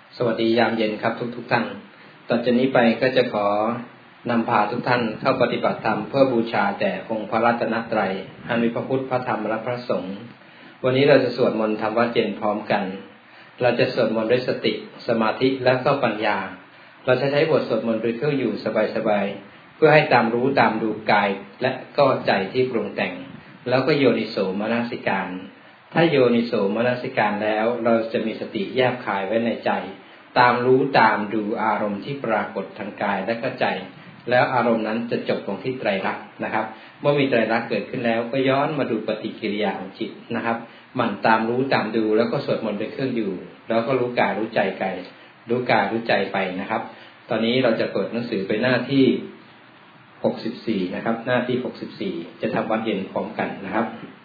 สวัสดียามเย็นครับทุกท่านต่อจากนี้ไปก็จะขอนำพาทุกท่านเข้าปฏิบัติธรรมเพื่อบูชาแด่องค์พระรัตนตรัยอันมีพระพุทธพระธรรมและพระสงฆ์วันนี้เราจะสวดมนต์ทำวัดเย็นพร้อมกันเราจะสวดมนต์ด้วยสติสมาธิและก็ปัญญาเราจะใช้บทสวดมนต์โดยเครื่องอยู่สบายๆเพื่อให้ตามรู้ตามดูกายและก็ใจที่ปรุงแต่งแล้วก็โยนิโสมนสิการถ้าโยนิโสมนสิการแล้วเราจะมีสติแยบคายไว้ในใจตามรู้ตามดูอารมณ์ที่ปรากฏทางกายและก็ใจแล้วอารมณ์นั้นจะจบลงที่ไตรลักษณ์นะครับเมื่อมีไตรลักษณ์เกิดขึ้นแล้วก็ย้อนมาดูปฏิกิริยาของจิตนะครับหมั่นตามรู้ตามดูแล้วก็สวดมนต์เป็นเครื่องอยู่แล้วก็รู้กายรู้ใจกายรู้กายรู้ใจไปนะครับตอนนี้เราจะเปิดหนังสือไปหน้าที่64นะครับหน้าที่64จะทำวัดเย็นพร้อมกันนะครับ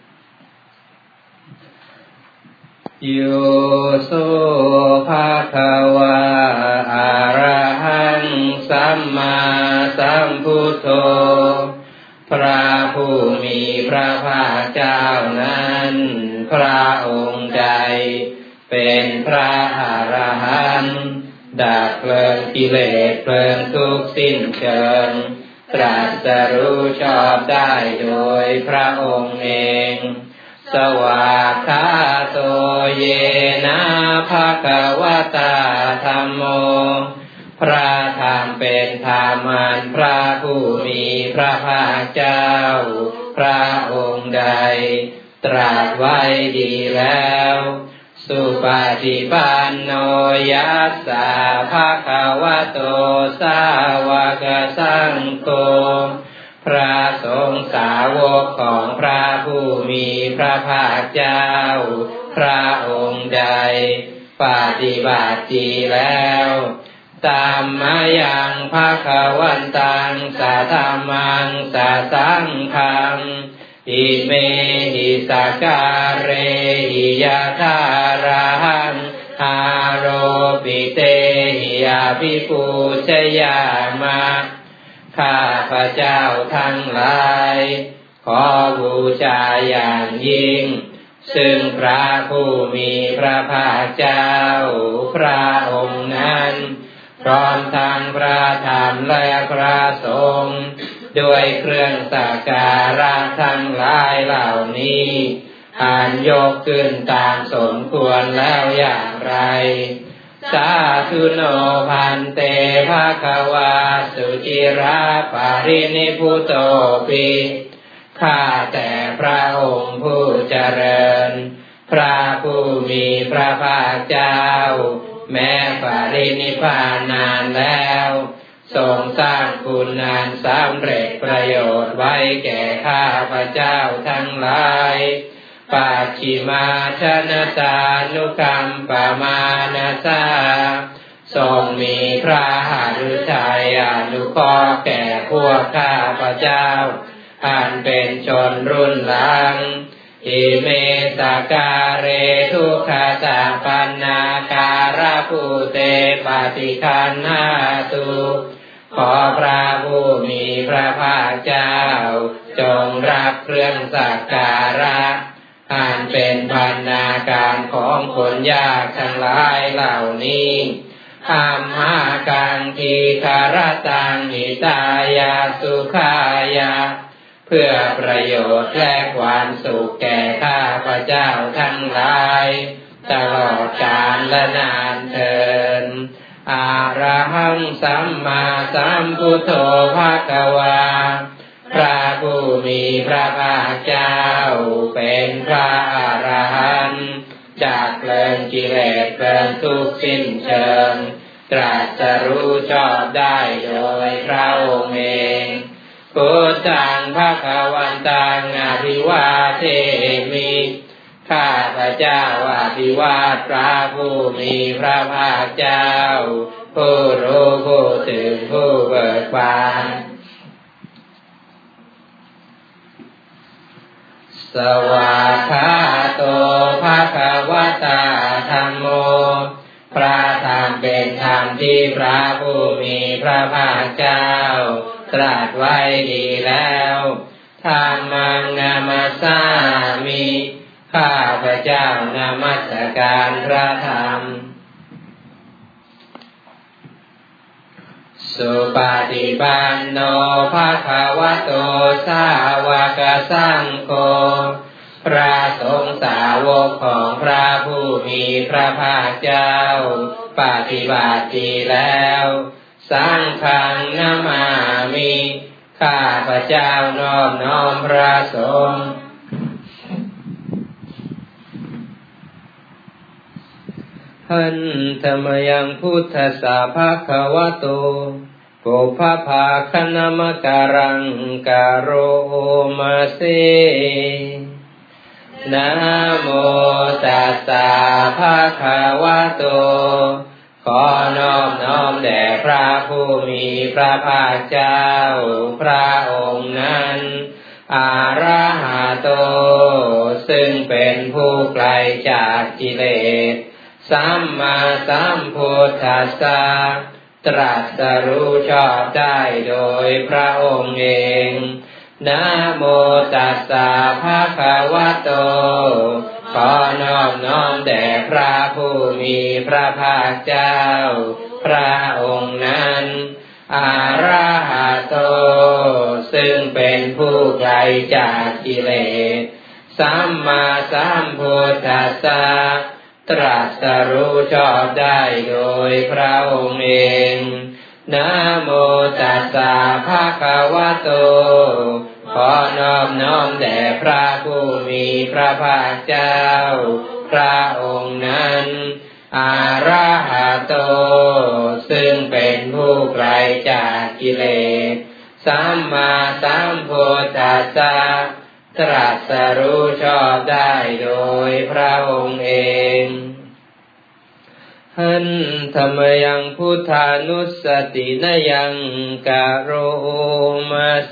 โยโสภะคะวะอะระหังสัมมาสัมพุทโธพระผู้มีพระภาคเจ้านั้นพระองค์ใดเป็นพระอรหันต์ดับเพลิงกิเลสเพลิงทุกข์สิ้นเชิงตรัสรู้ชอบได้โดยพระองค์เองสวากขาโตเยนะภะคะวะตาธัมโมพระธรรมเป็นธรรมอันพระผู้มีพระภาคเจ้าพระองค์ใดตรัสไว้ดีแล้วสุปฏิปันโนยัสสะภะคะวะโตสาวกสังโฆพระสงฆ์สาวกของพระผู้มีพระภาคเจ้าพระองค์ใดปฏิบัติดีแล้วตามมายังภะคะวันตังสัทธัมมังสัทธังฆังอิเมหิสการเรหิยะทาระหังอาโรปิเตหิยาภิปูชยามะข้าพระเจ้าทั้งหลายขอบูชาอย่างยิ่งซึ่งพระผู้มีพระภาคเจ้าพระองค์นั้นพร้อมทั้งพระธรรมและพระสงฆ์ด้วยเครื่องสักการะทั้งหลายเหล่านี้อันยกขึ้นตามสมควรแล้วอย่างไรสาธุโนพันเตภะคะวาสุจิราปารินิพุตโตปิข้าแต่พระองค์ผู้เจริญพระผู้มีพระภาคเจ้าแม้ปรินิพพานนานแล้วทรงสร้างคุณงามสำเร็จประโยชน์ไว้แก่ข้าพเจ้าทั้งหลายปัจฉิมาชนะตานุคัมปมานาสาทรงมีพระหฤทัยอนุเคราะห์แก่พวกข้าพเจ้าอันเป็นชนรุ่นหลังอิเมสการเรทุกขตาปันนาการะภูเตปฏิคันหาตุขอพระผู้มีพระภาคเจ้าจงรับเครื่องสักการะอันเป็นบรรณาการของคนยากทั้งหลายเหล่านี้อัมหากังทีคารตังหิตายาสุขายาเพื่อประโยชน์และความสุขแก่ข้าพเจ้าทั้งหลายตลอดกาลและนานเทอญอะระหังสัมมาสัมพุทโธภะคะวาพระผู้มีพระภาคเจ้าเป็นพระอรหันต์จากเพลิงกิเลสเพลิงทุกข์สิ้นเชิงตรัสรู้ชอบได้โดยพระองค์เองพุทธังภคะวันตังอภิวาเทมิข้าพเจ้าอภิวาทพระผู้มีพระภาคเจ้าผู้รู้ผู้ตื่นผู้เบิกบานสวากขาโตภะคะวะตาธัมโมพระธรรมเป็นธรรมที่พระผู้มีพระภาคเจ้าตรัสไว้ดีแล้วธัมมังนามัสสามิข้าพเจ้านมัสการพระธรรมสุปฏิปันโนภควโตสาวกสังโฆพระสงฆ์สาวกของพระผู้มีพระภาคเจ้าปฏิบัติดีแล้วสังฆังนามามิข้าพระเจ้านอบน้อมพระสงฆ์หันธรรมยังพุทธสาภควโตปุพพาคณมการังกโรมาเสนะโมตัสสะภะคะวะโตขอนอบน้อมแด่พระผู้มีพระภาคเจ้าพระองค์นั้นอะระหะโตซึ่งเป็นผู้ไกลจากกิเลสสัมมาสัมพุทธัสสะตรัสรู้ชอบได้โดยพระองค์เองนะโมตัสสะภะคะวะโตขอนอบน้อมแด่พระผู้มีพระภาคเจ้าพระองค์นั้นอะระหะโตซึ่งเป็นผู้ไกลจากกิเลสสัมมาสัมพุทธัสสะตรัสรู้ชอบได้โดยพระองค์เองนะโมตัสสะภะคะวะโตขอนอบน้อมแด่พระผู้มีพระภาคเจ้าพระองค์นั้นอะระหะโตซึ่งเป็นผู้ไกลจากกิเลสสัมมาสัมพุทธัสสะตรัสรู้ชอบได้โดยพระองค์เองหันธรรมยังพุทธานุสตินยังกโรมาเส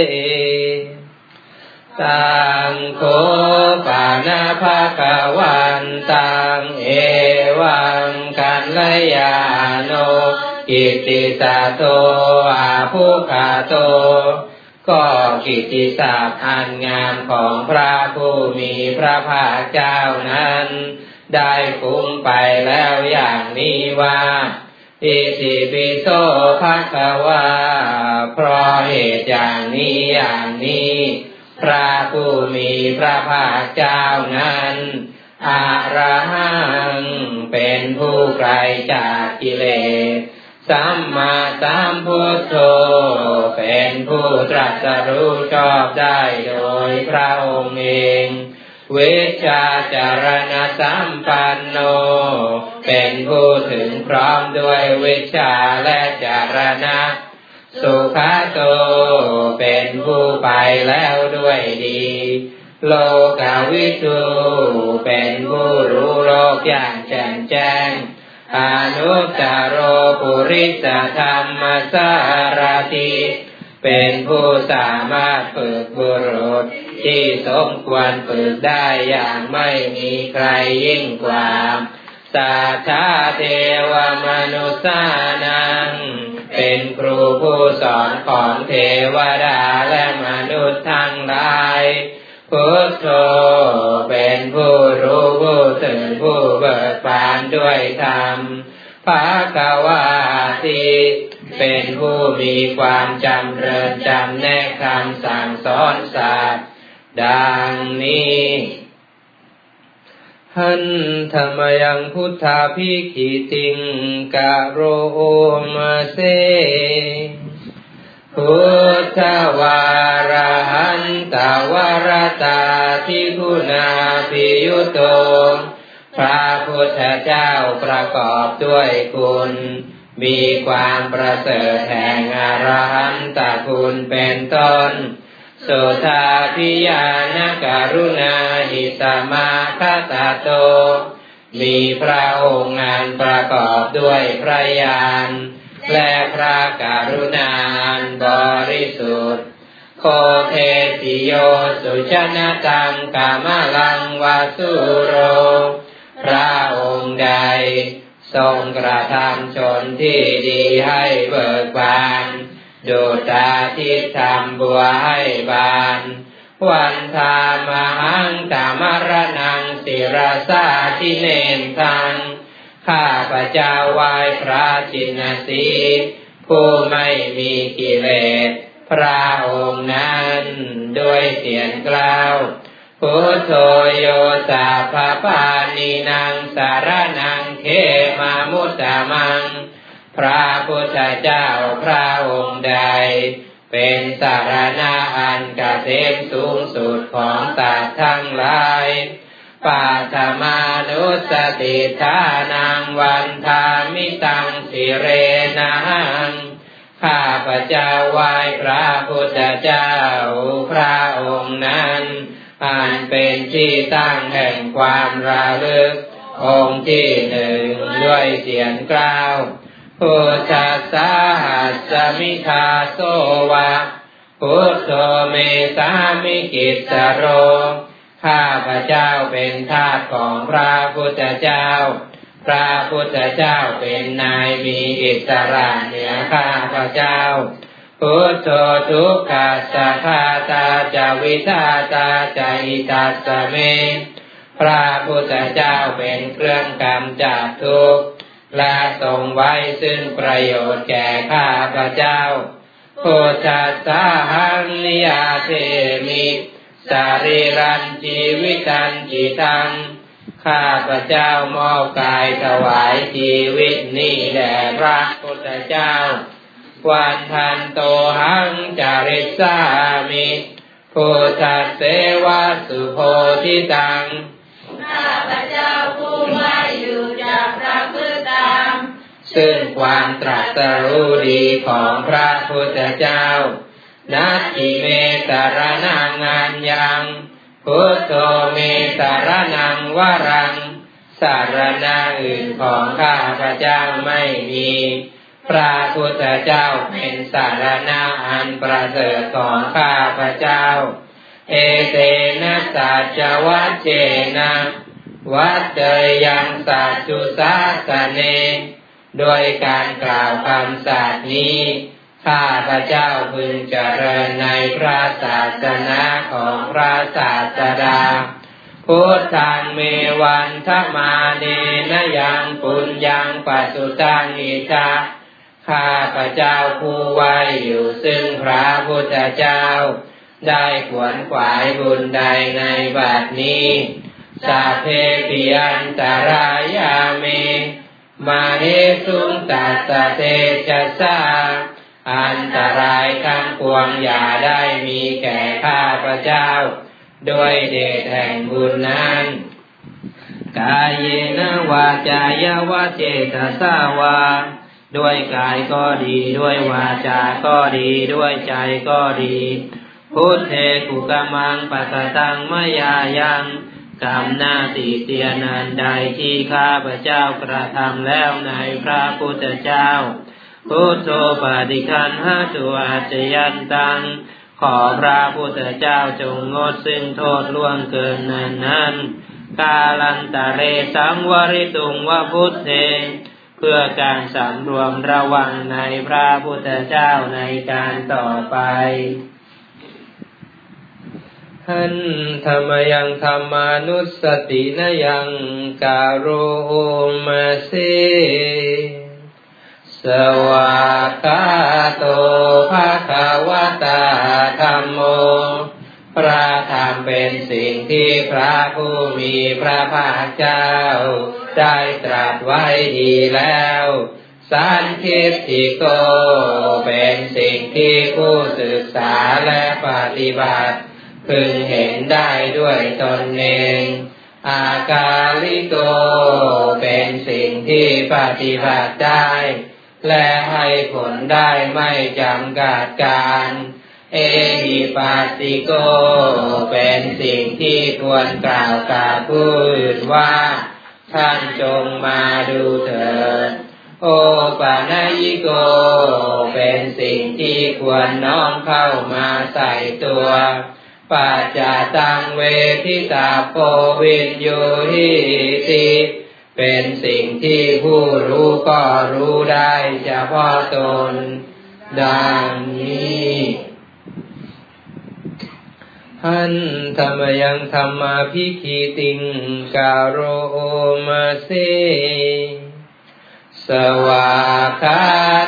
ตังโฆปานะภะคะวันตังเอวังกัลยาโนกิตติสัตโตอาภุคาโตก็กิตติศัพท์อันงามของพระผู้มีพระภาคเจ้านั้นได้ฟุ้งไปแล้วอย่างนี้ว่าอิติปิโสภะคะวาเพราะเหตุอย่างนี้อย่างนี้พระผู้มีพระภาคเจ้านั้นอะระหังเป็นผู้ไกลจากกิเลสสัมมาสัมพุทโธเป็นผู้ตรัสรู้ชอบได้โดยพระองค์เองวิชชาจารณสัมปันโนเป็นผู้ถึงพร้อมด้วยวิชชาและจารณะสุขโตเป็นผู้ไปแล้วด้วยดีโลกวิทูเป็นผู้รู้โลกอย่างแจ่มแจ้งอนุตตโรปุริสธรรมสารถิเป็นผู้สามารถฝึกบุรุษที่สมควรฝึกได้อย่างไม่มีใครยิ่งกว่าสัทธาเทวมนุษสานังเป็นครูผู้สอนของเทวดาและมนุษย์ทั้งหลายพุทโธเป็นผู้รู้ผู้ตื่นผู้เบิกบานด้วยธรรมภควาติเป็นผู้มีความจำเริญจำแนกคำสั่งสอนสัตว์ดังนี้หันธรรมยังพุทธาภิกขิติงกโรมาเสพุทธวาระหันตวรตาทิคุณาภิยุโตพระพุทธเจ้าประกอบด้วยคุณมีความประเสริฐแห่งอรหันตคุณเป็นต้นสุทาภิญาณกรุณาหิตมาคตโตมีพระองค์งานประกอบด้วยพระญาณและพระกรุณาบริสุทธิ์โคเทติโยสุชนะตังกามลังวาสุโรพระองค์ใดทรงกระทำชนที่ดีให้เบิกบานดุจอาทิตย์ทำบัวให้บานวันธามหังตามรนังศิรสาทิเนนทังข้าพระเจ้าไหว้พระจินสีผู้ไม่มีกิเลสพระองค์นั้นด้วยเสียงกล่าวพุทโธโยสัพพปานินังสารนังเขมามุตตมังพระพุทธเจ้าพระองค์ใดเป็นสารณะอันเกษมสูงสุดของสัตว์ทั้งหลายปัทมานุสติทานังวันทามิตังสิเรนังข้าพเจ้าไหว้พระพุทธเจ้าพระองค์นั้นอันเป็นที่ตั้งแห่งความระลึกองค์ที่หนึ่งด้วยเสียงกล่าวพุทธัสสะหัสสมิทาโสวะพุทโธเมสามิกิสโรข้าพเจ้าเป็นทาสของพระพุทธเจ้าพระพุทธเจ้าเป็นนายมีอิสระเหนือข้าพเจ้าพุทโธทุกขัสสะคาตาจาวิทาตาจาอิตัสสะเมพระพุทธเจ้าเป็นเครื่องกำจัดทุกข์และทรงไว้ซึ่งประโยชน์แก่ข้าพเจ้าพุทธัสสะหังนิยาเทมิสารีรันชีวิตันจิตังข้าพเจ้ามอบกายถวายชีวิตนี้แด่พระพุทธเจ้าวันทันโตหังจาริสามิพุทธัสเสวะสุโพธิตังข้าพเจ้าผู้ไม่อยู่จากพระพุทธธรรมซึ่งความตรัสรู้ดีของพระพุทธเจ้านัตถิเมสารนังอัญญังพุทโธเมสารนังวรังสารณะอื่นของข้าพเจ้าไม่มีพระพุทธเจ้าเป็นสารณะอันประเสริฐของข้าพเจ้าเอเตนะสัจจวัจเจนะวัจเจยังสัจจุสาสเนโดยการกล่าวคำสัตย์นี้ข้าพเจ้าพึงเจริญในพระศาสนาของพระศาสดาพุทธังเมวันทมาเนนะยังปุญญังปัสสุตังอิทาข้าพเจ้าผู้ไว้อยู่ซึ่งพระพุทธเจ้าได้ขวนขวายบุญใดในบัดนี้สัพเพปิยันตรายาเมมาเหสุงตัสสะเตชะสาอันตรายทั้งปวงอย่าได้มีแก่ข้าพเจ้าด้วยเดชแห่งบุญนั้นกายเยนะวาจายวะเจตสาวาด้วยกายก็ดีด้วยวาจาก็ดีด้วยใจก็ดีพุทเทกุกมังปัสสตังมยายังกรรมหน้าที่เตียนันใดที่ข้าพเจ้ากระทำแล้วในพระพุทธเจ้าพุทโธปาฏิคันหาตุอาจยันตังขอพระพุทธเจ้าจงงดซึ่งโทษล่วงเกินนั้นกาลันตะเรสังวริตุงวะพุทเทเพื่อการสำรวมระวังในพระพุทธเจ้าในการต่อไปหันธรรมยังธรรมานุสตินยังกาโรมาเสสวากาโตภะคะวะตาธัมโมพระธรรมเป็นสิ่งที่พระผู้มีพระภาคเจ้าได้ตรัสไว้ดีแล้วสันทิฏฐิโกเป็นสิ่งที่ผู้ศึกษาและปฏิบัติพึงเห็นได้ด้วยตนเองอากาลิโกเป็นสิ่งที่ปฏิบัติได้และให้ผลได้ไม่จำกัดการเอหิปัสสิโกเป็นสิ่งที่ควรกล่าวกับผู้อื่นว่าท่านจงมาดูเถิดโอปานายิโกเป็นสิ่งที่ควรน้อมเข้ามาใส่ตัวปัจจตังเวทิตาโพวินโยหิติเป็นสิ่งที่ผู้รู้ก็รู้ได้เฉพาะตนดังนี้หันธรรมยังธรรมาภิคิติงกาโรมาเสสวากาโต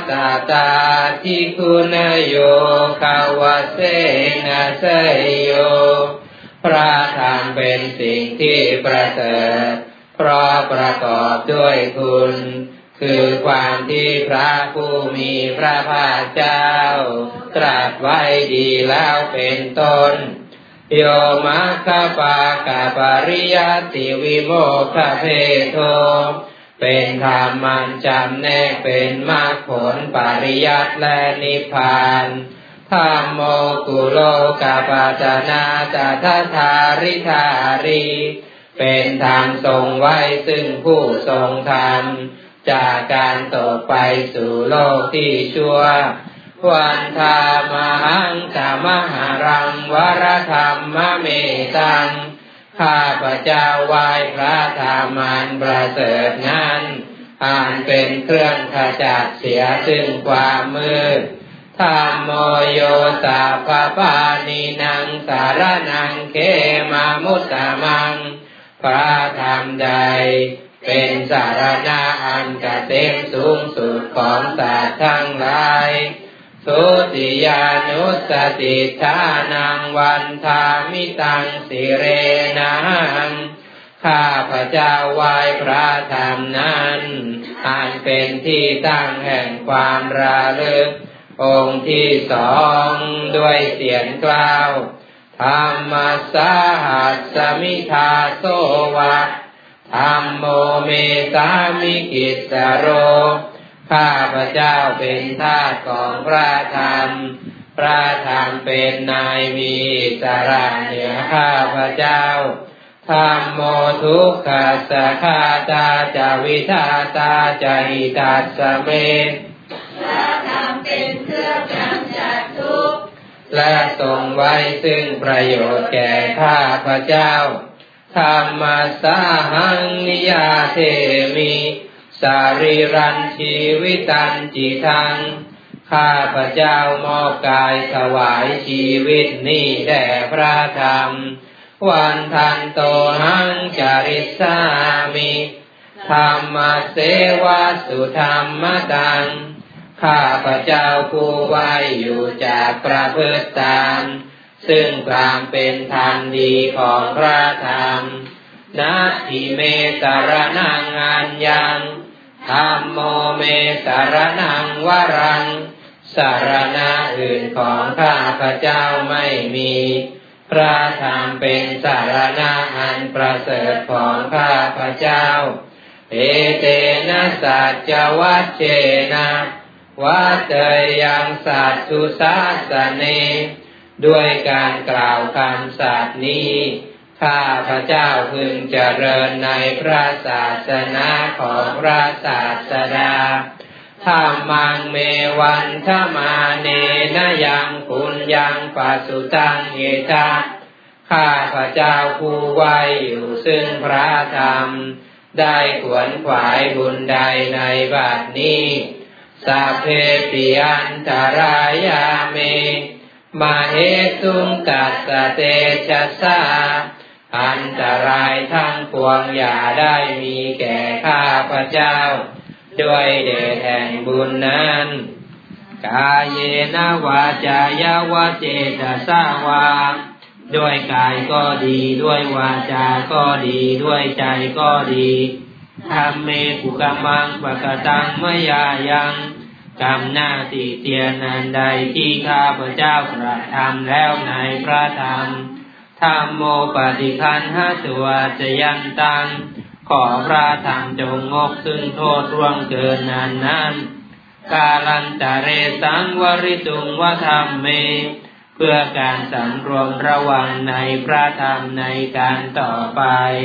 ตตาทิคุณโยคาวเสนะเสยโยพระธรรมเป็นสิ่งที่ประเสริฐเพราะประกอบด้วยคุณคือความที่พระผู้มีพระภาคเจ้าตรัสไว้ดีแล้วเป็นต้นโยมัคคปากาปริยัติวิโมกขเพโทเป็นธรรมมันจำแนกเป็นมรรคผลปริยัติและนิพพานธัมโมกุโลกาปัจจนาจัตถาริธารีเป็นธรรมทรงไว้ซึ่งผู้ทรงธรรมจากการตกไปสู่โลกที่ชั่ววันธามหังธรรมหารังวรธรรมเมตังข้าพเจ้าไหว้พระธรรมอันประเสริฐนั้นอันเป็นเครื่องขจัดเสียซึ่งความมืดธัมโมโยสัพพปานินังสารนังเขมามุตตมังพระธรรมใดเป็นสารณะอันเกษมสูงสุดของสัตว์ทั้งหลายสุติยานุสติฐานังวันธามิตังสิเรนังข้าพเจ้าไหว้พระธรรมนั้นอันเป็นที่ตั้งแห่งความระลึกองค์ที่สองด้วยเสียงกล่าวธัมมัสสะหัสสมิทาโสวะธัมโมเมสามิกิสโรข้าพเจ้าเป็นทาสของพระธรรมพระธรรมเป็นนายมีอิสระเหนือข้าพเจ้าธัมโมทุกขัสสะคาตาจาวิทาตาจาหิตัสสะเมพระธรรมเป็นเครื่องกำจัดทุกข์และทรงไว้ซึ่งประโยชน์แก่ข้าพเจ้าธัมมัสสะหังนิยาเทมิสารีรันชีวิตันจิตังข้าพเจ้ามอบกายถวายชีวิตนี้แด่พระธรรมวันทันโตหังจาริสามิธัมมเสวะสุธรรมตังข้าพเจ้าผู้ไว้อยู่จากประพฤติตามซึ่งความเป็นธรรมดีของพระธรรมนัตถิเมสรณังอัญญังธัมโมเมสรณังวรังสรณะอื่นของข้าพเจ้าไม่มีพระธรรมเป็นสรณะอันประเสริฐของข้าพเจ้าเอเตนะสัจจวัชเชนะวัตเตยังสัตตุสัสสเนด้วยการกล่าวคำสัตย์นี้ข้าพเจ้าพึงเจริญในพระศาสนาของพระศาสดาธัมมังเมวันธมาเนนะยังปุญญังปัสสุตังเอตะข้าพเจ้าผู้ไว้อยู่ซึ่งพระธรรมได้ขวนขวายบุญใดในบัดนี้สัพเพปิอันตรายาเมมาเหตุงกัสสเตชัสสะอันตรายทั้งปวงอย่าได้มีแก่ข้าพเจ้าด้วยเดชแห่งบุญนั้นกายเยนะวาจายาวะเจตสาวาด้วยกายก็ดีด้วยวาจาก็ดีด้วยใจก็ดีธัมเมกุกัมมังปะกตังมยายังกรรมหน้าติเตียนอันใดที่ข้าพเจ้ากระทำแล้วในพระธรรมธัมโมปฏิคันหตุวัจยันตังขอพระธรรมจงงกซึ่งโทษร่วงเกินนั้นกาลันตะเรสังวริตุงวธรรมเมเพื่อการสำรวมระวังในพระธรรมในการต่อไป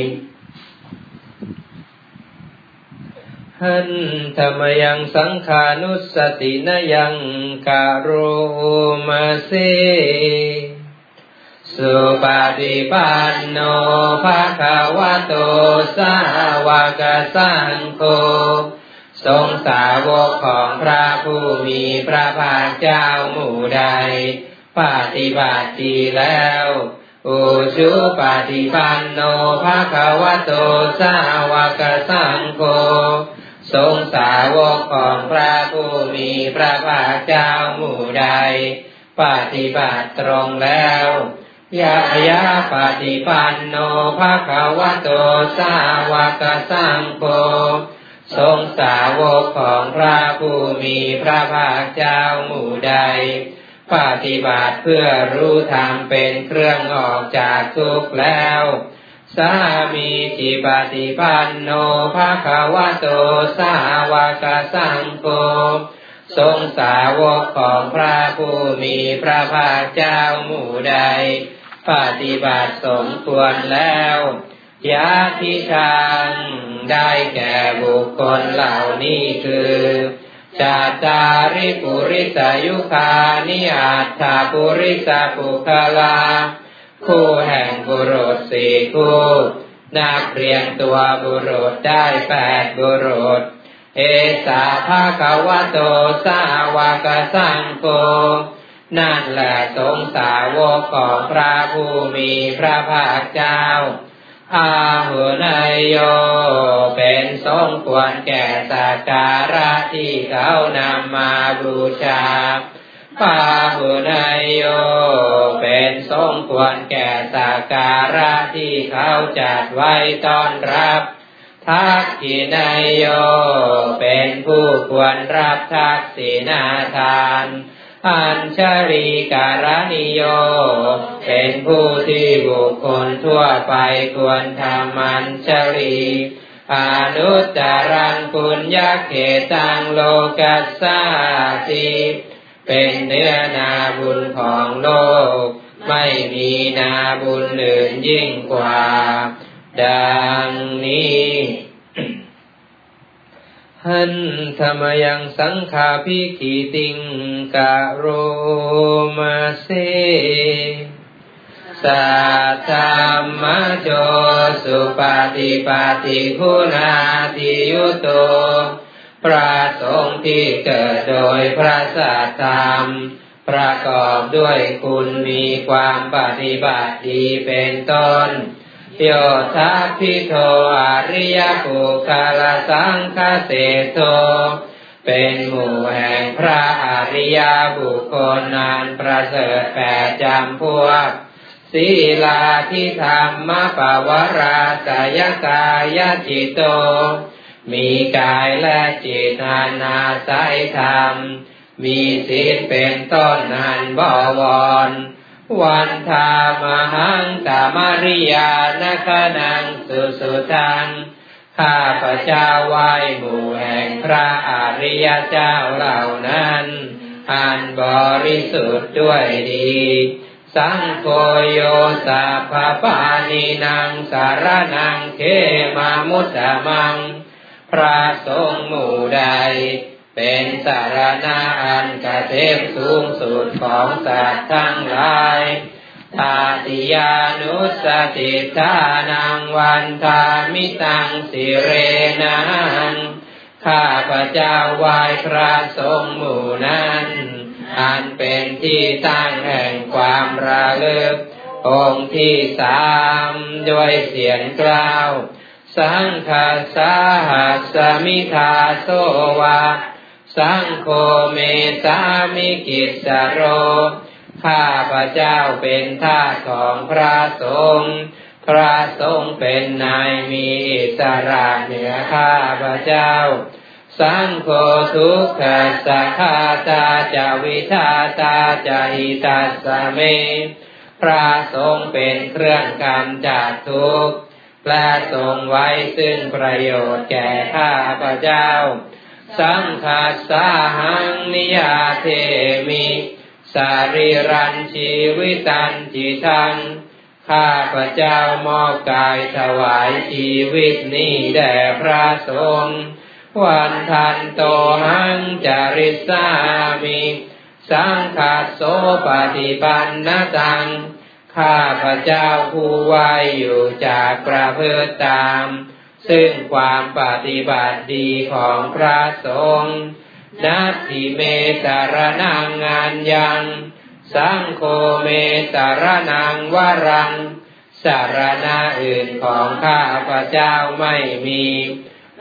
หันธรรมยังสังขานุสตินยังกาโรมาเสสุปฏิปันโนภะคะวะโตสาวกสังโฆทรงสาวกของพระผู้มีพระภาคเจ้าหมู่ใดปฏิบัติดีแล้วอุชุปฏิปันโนภะคะวะโตสาวกสังโฆสงฆ์สาวกของพระผู้มีพระภาคเจ้าหมู่ใดปฏิบัติตรงแล้วยะปฏิปันโนภควโตสาวกสังโฆสงฆ์สาวกของพระผู้มีพระภาคเจ้าหมู่ใดปฏิบัติเพื่อรู้ธรรมเป็นเครื่องออกจากทุกข์แล้วสามีจิปฏิปันโนภควโตสาวกสังโฆสงฆ์สาวกของพระผู้มีพระภาคเจ้าหมู่ใดปฏิบัติสมควรแล้วยะทิทางได้แก่บุคคลเหล่านี้คือจาตาริปุริสยุคานิอัตถปุริสปุคลาคู่แห่งบุรุษสี่คู่นับเรียงตัวบุรุษได้8บุรุษเอสาภควโตสาวกสังโฆนั่นแหละสงฆ์สาวกของพระผู้มีพระภาคเจ้าอาหุนายโยเป็นสมควรแก่สักการะที่เขานำมาบูชาปาหุนายโยเป็นสมควรแก่สักการะที่เขาจัดไว้ต้อนรับทักขินายโยเป็นผู้ควรรับทักษิณาทานอัญชลีการณิโยเป็นผู้ที่บุคคลทั่วไปควรทำอัญชลีอนุตตรังปุญญเขตังโลกัสสาติเป็นเนื้อนาบุญของโลกไม่มีนาบุญอื่นยิ่งกว่าดังนี้หันธรรมยังสังฆาภิกิติงกะโรมาเสสัทธัมมโจสุปฏิปาติคุณาทิยุโตพระสงฆ์ที่เกิดโดยพระสัทธรรมประกอบด้วยคุณมีความปฏิบัติดีเป็นต้นโยทัพพิโทอริยปุคลสังฆเสโทเป็นหมู่แห่งพระอริยบุคคลนั้นประเสริฐ8จำพวกศีลาทิธรรมปวาราสยกายจิตโตมีกายและจิตอันอาศัยธรรมมีศีลเป็นต้นอันบวรวันธามหังตามริยานคนังสุตังข้าพเจ้าไหว้หมู่แห่งพระอริยเจ้าเหล่านั้นอันบริสุทธิ์ด้วยดีสังโฆโยสัพพปานินังสารนังเขมามุตตมังพระสงฆ์หมู่ใดเป็นสารณะอันเกษมสูงสุดของสัตว์ทั้งหลายตาติยานุสติทานังวันทามิตังสิเรนังข้าพเจ้าไหว้พระสงฆ์หมู่นั้นอันเป็นที่ตั้งแห่งความระลึกองค์ที่3ด้วยเสียงกล่าวสังฆัสสะหัสสมิทาโสวะสังโฆเมสามิกิสสโรข้าพเจ้าเป็นทาสของพระสงฆ์พระสงฆ์เป็นนายมีอิสระเหนือข้าพเจ้าสังโฆทุกขัสสะคาตาจาวิทาตาจาหิตัสสะเมพระสงฆ์เป็นเครื่องกำจัดทุกข์และทรงไว้ซึ่งประโยชน์แก่ข้าพเจ้าสังฆัสสะหังนิยาเทมิสารีรันชีวิตันจิตังข้าพเจ้ามอบกายถวายชีวิตนี้แด่พระสงฆ์วันทันโตหังจาริสามิสังฆัสโสปฏิปันนตังข้าพเจ้าผู้ไหวอยู่จากประพฤติตามซึ่งความปฏิบัติดีของพระสงฆ์นัตถิเมสารนังงานยังสังโฆเมสารนังวรังสารณะอื่นของข้าพเจ้าไม่มีพ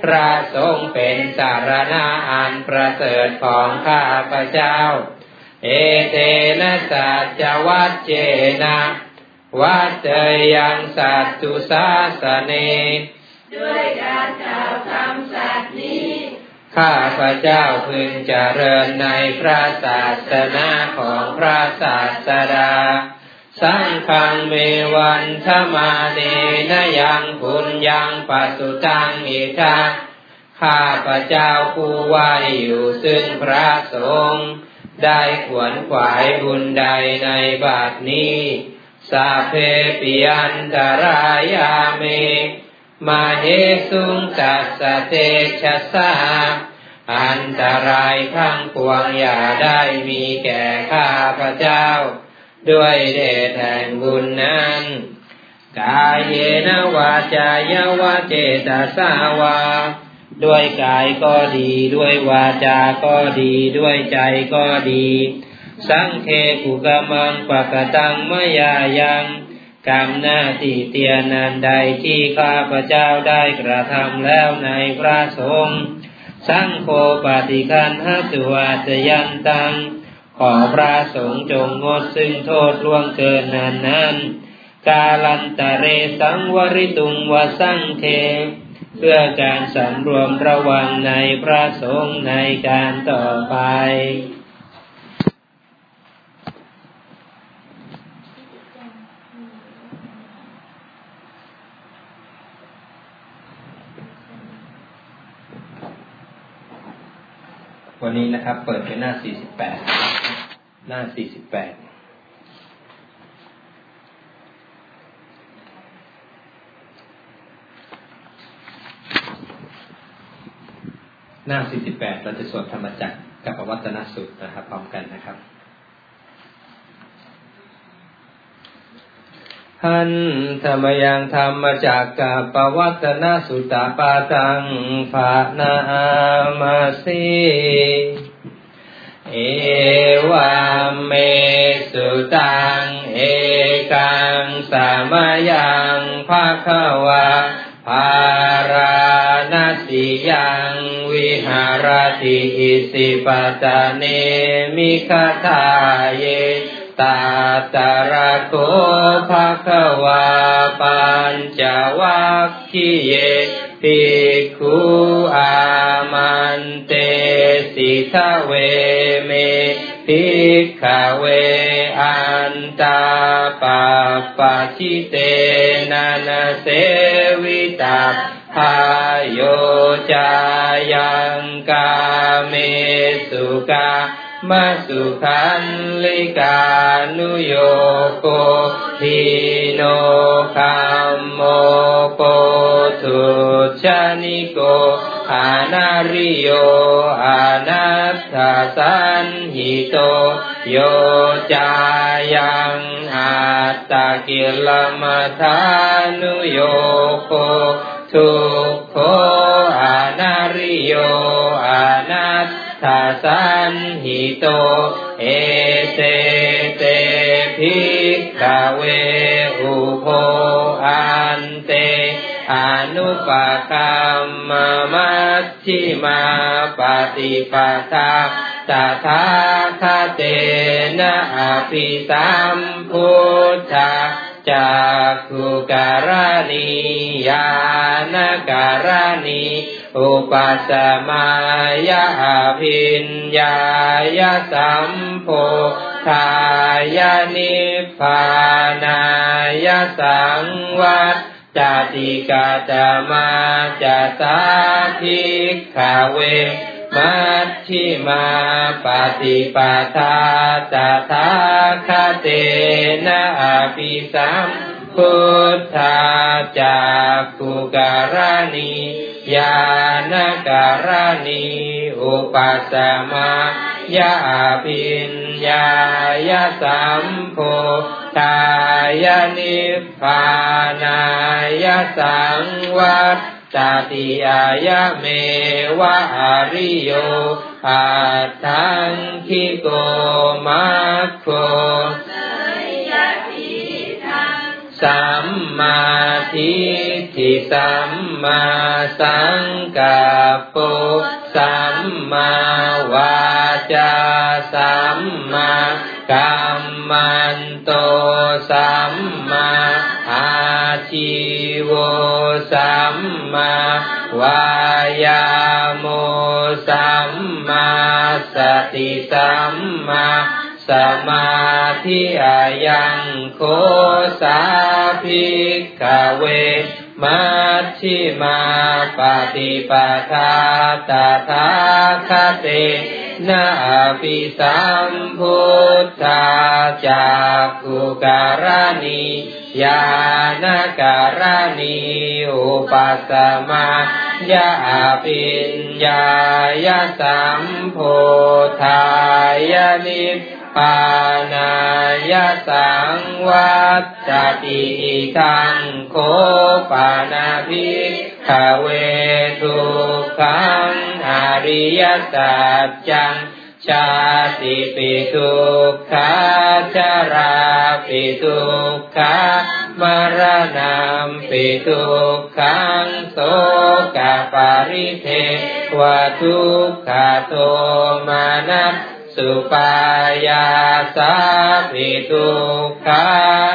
พระสงฆ์เป็นสารณะอันประเสริฐของข้าพเจ้าเอเทนะสัจจวัจเจนะวัจเจยังสัตตุสาสเนด้วยการกล่าวคำสัตย์นี้ข้าพเจ้าพึงเจริญในพระศาสนาของพระศาสดาสังฆังเมวันธมาเนนะยังปุญญังปัสสุตังอิทังข้าพเจ้าผู้ไหวอยู่ซึ่งพระสงฆ์ได้ขวนขวายบุญใดในบัดนี้สาเพปิยันตรายาเมมาเหสุงตัสสะเตชะสาอันตรายทั้งปวงอย่าได้มีแก่ข้าพเจ้าด้วยเดชแห่งบุญนั้นกายเยนะวาจายวาเจตสาวาด้วยกายก็ดีด้วยวาจาก็ดีด้วยใจก็ดีสังเคกุกมังปะกตังมยายังกรรมหน้าที่เตียนันใดที่ข้าพเจ้าได้กระทำแล้วในพระสงฆ์สังโฆปฏิคันหตุอาจยันตังขอพระสงฆ์จงงดซึ่งโทษล่วงเกินนั้นกาลันตะเรสังวริตุงวสังเทเพื่อการสำรวมระวังในพระสงฆ์ในการต่อไปวันนี้นะครับเปิดไปหน้า48หน้า48หน้า48เราจะสวดธรรมจักรกับปวัตตนสูตรนะครับพร้อมกันนะครับหันธรรมยังธรรมจักกับปวัตตนสุตตปาตังภานามาสีเอวามเมสุตังเอกังสามายังภาควาภาราณสียังวิหารติอิสิปตาเนมิคทาเยตาตระโกภควาปัญจวัคคีเยภิกขุอามันเตสิทเวเมภิกขเวอันตาปะปะชิเตนะนะเสวิตาพายโยจายังกาเมสุกามาสุขันลิกานุโยโกทิโนคัมโมโปทุชานิโกอานาริโยอานัตถสันหิโตโยจายังอัตตกิลมัฏฐานุโยโกทุกโขอานาริโยอานัตถสันหิโตเอเตเตภิกขเวอุโภอันเตอนุปคัมมะมัชฌิมาปฏิปทาตถาคเตนะอภิสัมพุทธาจักขุการณีญาณการณีอุปัสสมายะอภิญญายะสัมโพธายะนิพพานายะสังวัฏจติกาตมาจะสาภิกขเวมัชฌิมาปฏิปทาตถาคเตนะอภิสัมพุทธาจักขุการณีญาณการณีอุปัสสมายะอภิญญายะสัมโพธายะนิพพานายะสังวัฏจติอายะเมวะอริโยอัตถังคิโกมัคโคสัมมาทิฏฐิสัมมาสังกัปปะสัมมาวาจาสัมมากัมมันโตสัมมาอาชีวสัมมาวายาโมสัมมาสติสัมมาสมาธิอายังโคสาภิกขเวมัชฌิมาปฏิปทาตถาคเตนะภิสัมพุทธาจักขุการณิญาณการณิอุปัสสมายะปิญญายะสัมโพธายะนิพพานายะสังวัฏฏติทังโคปานาภิกขเวทุกขังอริยสัจจังชาติปิทุกขาชราปิทุกขามรณะปิทุกขังโสกปริเทวทุกขโทมานัสสุปายาสาปิทุกขา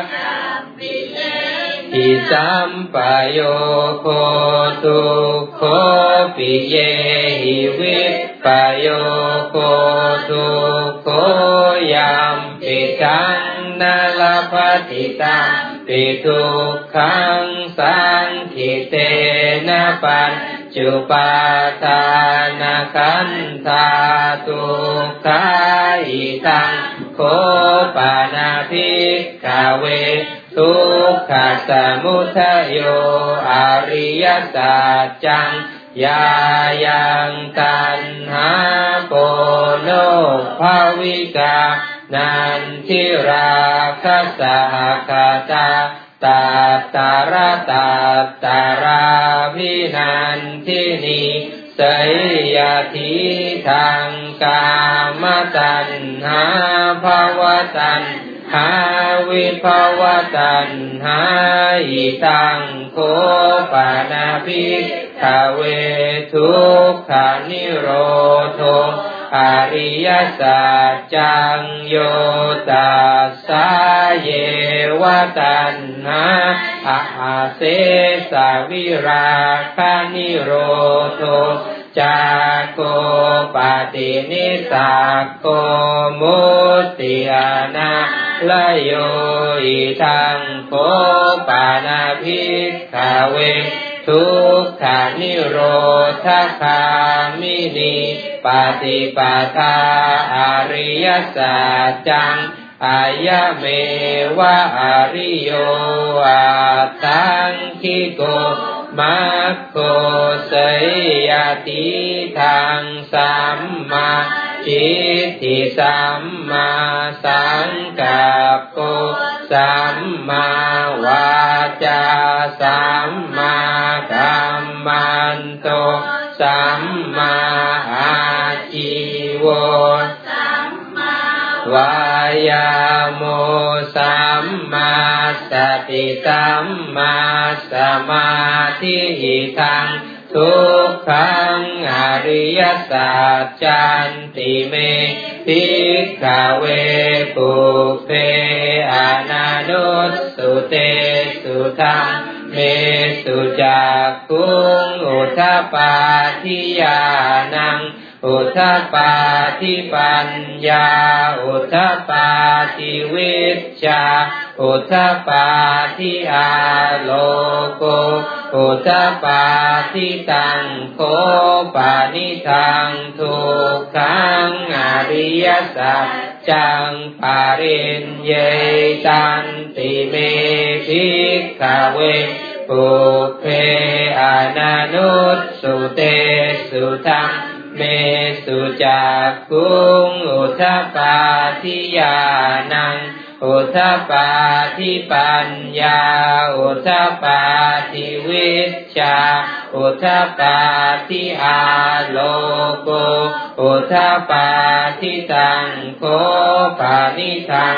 อิสัมปโยโคทุกโคปิเยหิวิปปโยโคทุกโคยัมปิตังนาลภติตังปิทุกขังสังขิเตนะปัญจุปาทานะขันธาทุกขาอิทังโคปานาภิกขเวทุกขสมุทัยโยอริยสัจจังยายังตัณหาโปโนภาวิกานันทิราคะสหคตาตาตาระตาตาราภินันทินีสยทิทางกามตัณหาภาวตัณหาวิภาวตัณหาอิตังโคปานาภิกขเวทุกขานิโรธอริยสัจจังโยตัสสะเยวตัณหาอาเสสวิราคะนิโรธจากโกปฏินิสักโกมุตติอานาลโยอิทังโคปานาภิกขเวทุกขานิโรธคามินีปฏิปทาอริยสัจจังอายะเมวะอริโยอัตถังคิโกมัคโคสยติทังสัมมาทิฏฐิสัมมาสังกัปปะสัมมาวาจาสัมมากัมมันโตสัมมาอาชีวสัมมาวายาโมสัมมาสติสัมมาสมาธิทังทุกขังอริยสัจจันติเมภิกขเวปุเพอนานุสสุเตสุธัมเมสุจักขุงอุทธัปปาทิญาณังอุทธัปปาทิปัญญาอุทธัปปาทิวิชชาอุทธัปปาทิอาโลโกอุทธัปปาทิตังโคปานิทังทุกขังอริยสัจจังปาริญเยตันติเมภิกขเวปุเพอนานุสสุเตสุธัมเมสุจักขุงอุทธัปปาทิญาณังอุทธัปปาทิปัญญาอุทธัปปาทิวิชชาอุทธัปปาทิอาโลโกอุทธัปปาทิตังโคปานิทังท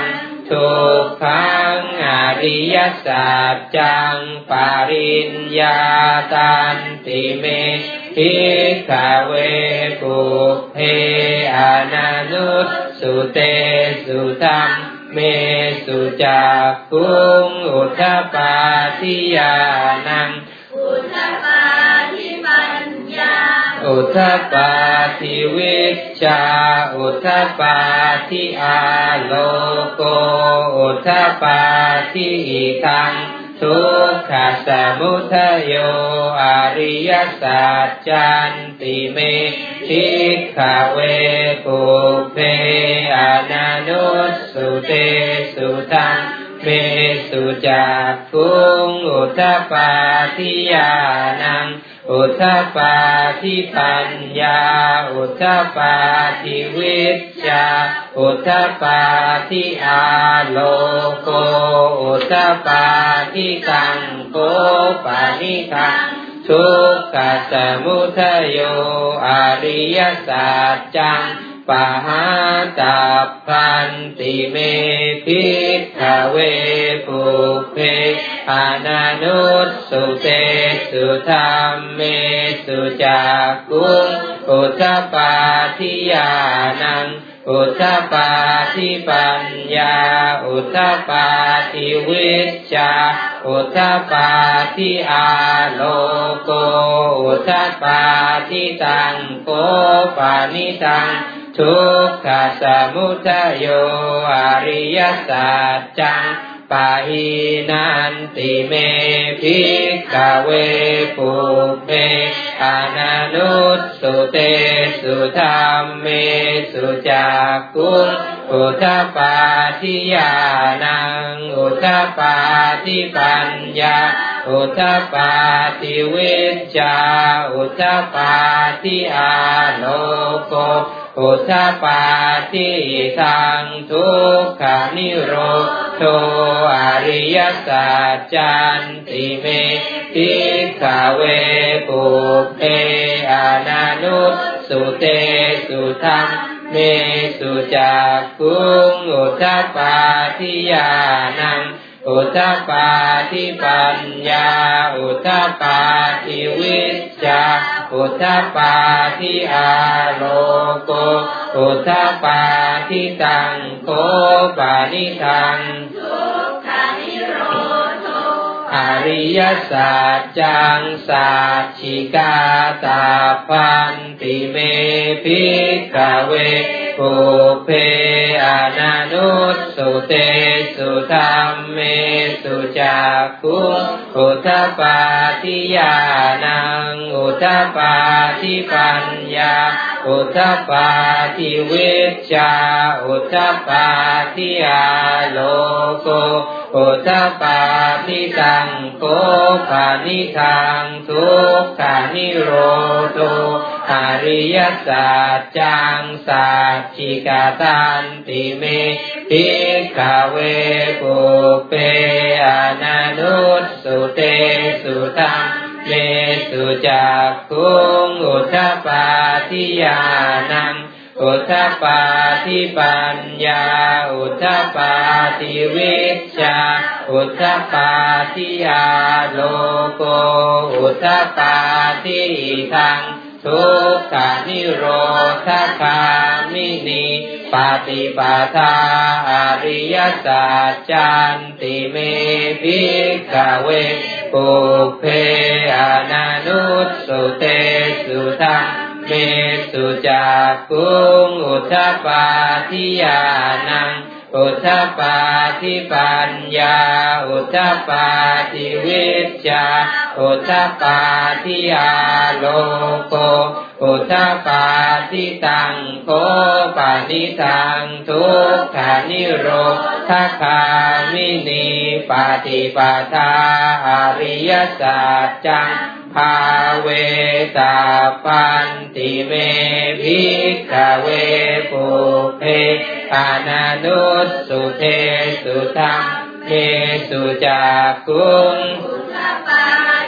ทุกขังอริยสัจจังปริญญาตันติเมภิกขเวปุพเพอนานุสสุเตสุธัมเมสุจักขุงอุทธปาทิญาณังอุทธปาทิปัญญาอุทธปาทิวิชชาอุทธปาทิอาโลโกอุทธปาทิอิทังทุกขสมุทัยโยอริยสัจจันติเมภิกขเวปุพเพอนานุสสุเตสุธัมเมสุจักขุงอุทธปาทิญาณังอุทธปาทิปัญญาอุทธปาทิวิชชาอุทธปาทิอาโลโกอุทธปาทิตังโกปานิทังทุกขสมุทัยโยอริยสัจจังปหาตัพพันติเมภิกขเวปุพเพอนานุสสุเตสุธัมเมสุจักขุงอุทธปาทิญาณังอุทธปาทิปัญญาอุทธปาทิวิชชาอุทธปาทิอาโลโกอุทธปาทิตังโกปานิทังทุกขสมุทัยโยอริยสัจจังปะหินันติเมภิกขเวปุพเพอนานุสสุเตสุธัมเมสุจักขุงอุทธปาทิญาณังอุทธปาทิปัญญาอุทธปาทิวิชชาอุทธปาทิอาโลโกอุทธปาทิทังทุกขานิโรโธอริยสัจจันติเมภิกขเวปุพเพอนานุสสุเตสุธัมเมสุจักขุงอุทธปาทิญาณังอุทธปาทิปัญญาอุทธปาทิวิชชาอุทธปาทิอาโลโกอุทธปาทิตังโกปานิทังทุกขานิโรโธอริยสัจจังสัจฉิกาตาพันติเมภิกขเวปุพเพอนานุสสุเตสุธัมเมสุจักขุงอุทธปาทิญาณังอุทธปาทิปัญญาอุทธปาทิวิชชาอุทธปาทิอาโลโกอุทธปาทิตังโกปานิทังทุกขานิโรโธอริยสัจจังสัจฉิกาตันติเมภิกขเวปุพเพอนานุสสุเตสุธัมเมสุจักขุงอุทธปาทิญาณังอุทธปาทิปัญญาอุทธปาทิวิชชาอุทธปาทิอาโลโกอุทธปาทิทังทุกขานิโรธคามินีปฏิปทาอริยสัจจันติเมภิกขเวปุพเพอนานุสสุเตสุธัมเมสุจักขุงอุทธปาทิญาณังอุทธปาทิปัญญาอุทธปาทิวิชชาอุทธปาทิอาโลโกอุทธปาทิตังโกปานิทังทุกขานิโรธคามินีปฏิปทาอริยสัจจังภาเวตาปันติเมภิกขเวปุพเพอนานุสสุเทสุธัมเมสุจักขุงอุทธปา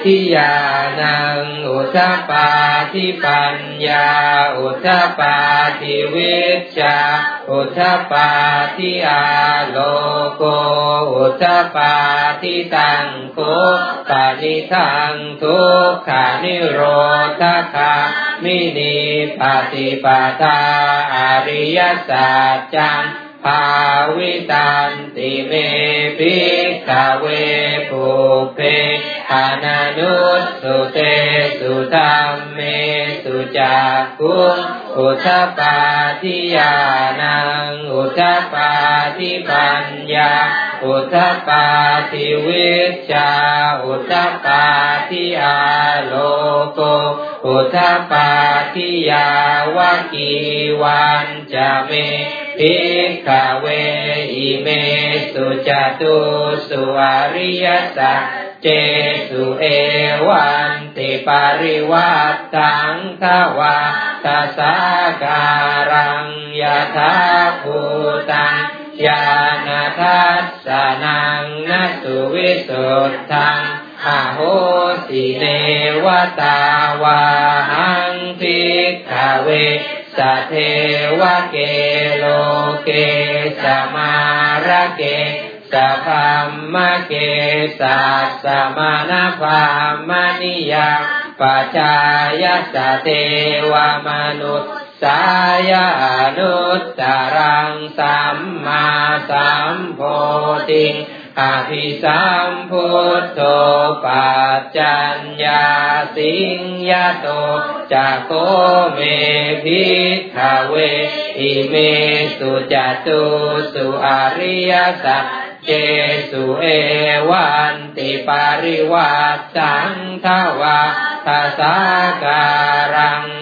ธิญาณังอุทธัปปาทิปัญญาอุทธัปปาทิวิชชาอุทธัปปาทิอาโลโกอุทธัปปาทิตังโฆปณิทังทุกขานิโรธคามินิปฏิปทาอริยสัจจังภาวิตันติเมภิกขเวปุเพอนันุสสุเตสุธัมเมสุจักขุงอุทธัปปาทิญาณังอุทธัปปาทิปัญญาอุทธัปปาทิวิชชาอุทธัปปาทิอาโลโกอุทธัปปาทิยาวกีวันจะเมภิกขเวอิเมสุจตุสุอริยสัจเจสุเอวันติปาริวัตตังทวาตสาการังยะถาภูตังญาณทัสสะนังนัสสุวิสุทธังอโหสิเนวตาวาหังภิกขเวสเทวะเกโลเกสมาระเกสัพพมะเกสัสสะมานะภามนิยาปัจจายสเทวมนุสสายานุตตรังสัมมาสัมโพธิอภิสัมพุทโธปัจจัญญาสิงยโตจักโขเมภิกขเวอิเมสุจตุสุอริยสัจเจสุเอวันติปาริวัตตังทวาทสาการัง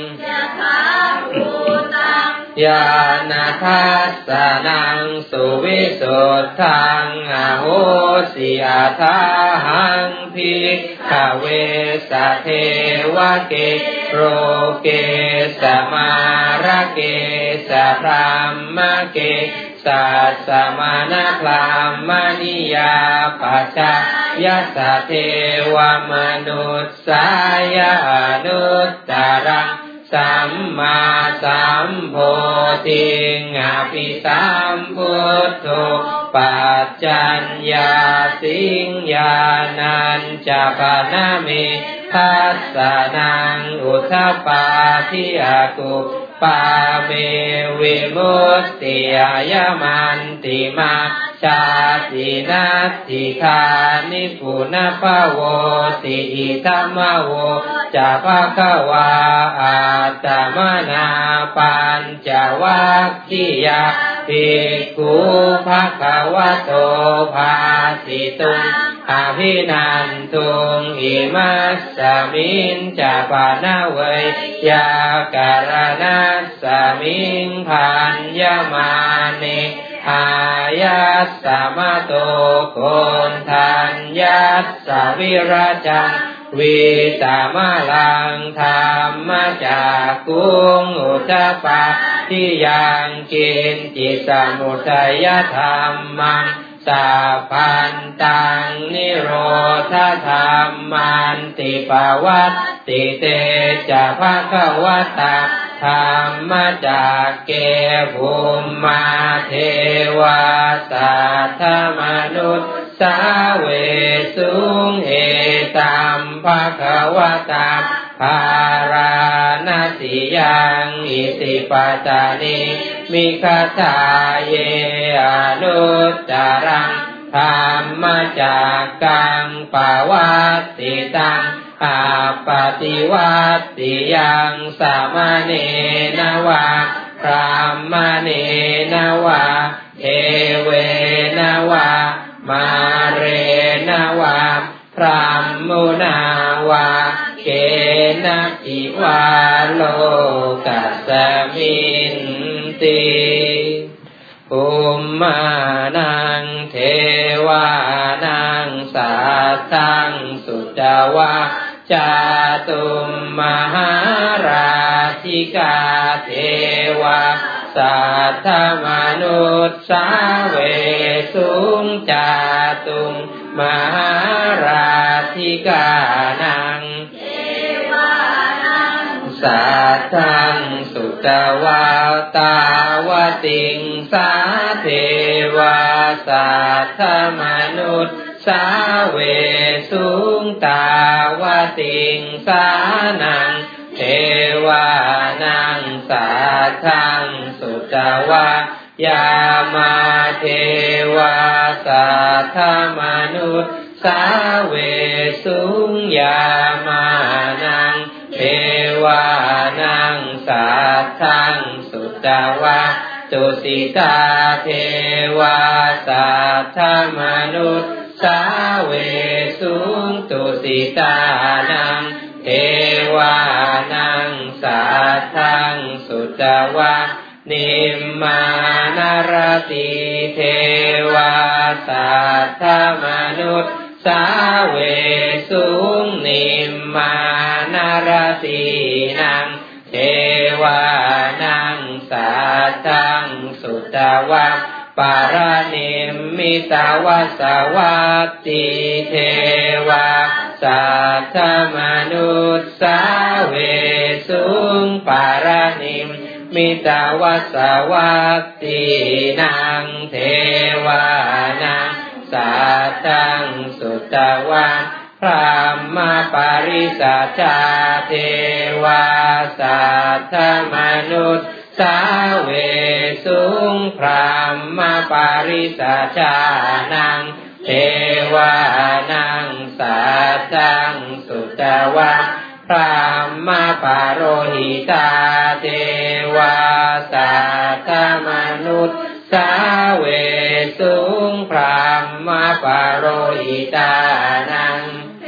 ญาณทัสสะนังสุวิสุทธังอโหสิอาทาหังภิกขเวสเทวะเกโรเกสมาระเกสพรหมเกสัสสะมานะพรหมนิยาปัจจายสเทวมนุสสายานุตตรังสัมมาสัมโพธิอภิสัมพุทโธปัจจัญญาสิงญาณัญจะปนะเมทัสสะนังอุทธัปปาทิอากุปาเมวิมุตติยายมันติมาชาตินัตถิคานิปุณภโวติอิธัมมโวจะภควาอัตตมนาปัญจวัคคียาภิกขุภควโตภาสิตุงอภินันทุงอิมัสสมิงจะปานะเวยาการนัสสมิงพันยมาเนอายัสสะมะโตโคนทัญยัสสะวิราจังวิตามะลังธรรมจักขุงอุทธัปปาทิยังกินจิตสมุทัยธรรมังสัพพันตังนิโรธธรรมันติปวัตติเตจะภควตาธรรมจักเกภูมิมาเทวาสัทธมนุษย์สาเวสุงเอตัมภควตาภารานาติยังอิติปัจจานิมิคทาเยอนุตตรังธรรมจักกังปวัตติตังอาปฏิวัตติยังสามเณรวะพรหมเณรวะเทเวนวะมาเรนวะพรหมุนาวะเกนะอิวาโลกัสสมินติภูมมานังเทวานังสัทธังสุตวะจาตุมมหาราชิกาเทวาสัทธมนุษย์สาเวสุงจาตุงมหาราธิกานังสัทธังสุตวาตาวติงสาเทวาสัทธมนุษย์สาเวสุงตาวติงสานังเทวานังสัทธังสุตวายามาเทวาสัทธมนุษย์สาเวสุงยามานังเทวานังสัทธังสุตวาตุสิตาเทวาสัทธมนุษย์สาเวสุงตุสิตานังเทวานังสัทธังสุตวานิมมานารติเทวาสัทธมนุษย์สาเวสุงนิมมานารตินังเทวานังสัทธังสุตวาปารณิมมิตาวสวัตติเทวาสัทธมนุษย์สาเวสุงปารณิมมิตาวสวัตตินังเทวานังสัทธังสุตวาพรหมปาริสัชชาเทวาสัทธมนุษย์สาเวสุงพรหมปาริสัชชานังเทวานังสัทธังสุตวาพรหมปาโรหิตาเทวาสัทธมนุษย์สาเวสุงพรหมปาโรหิตานัง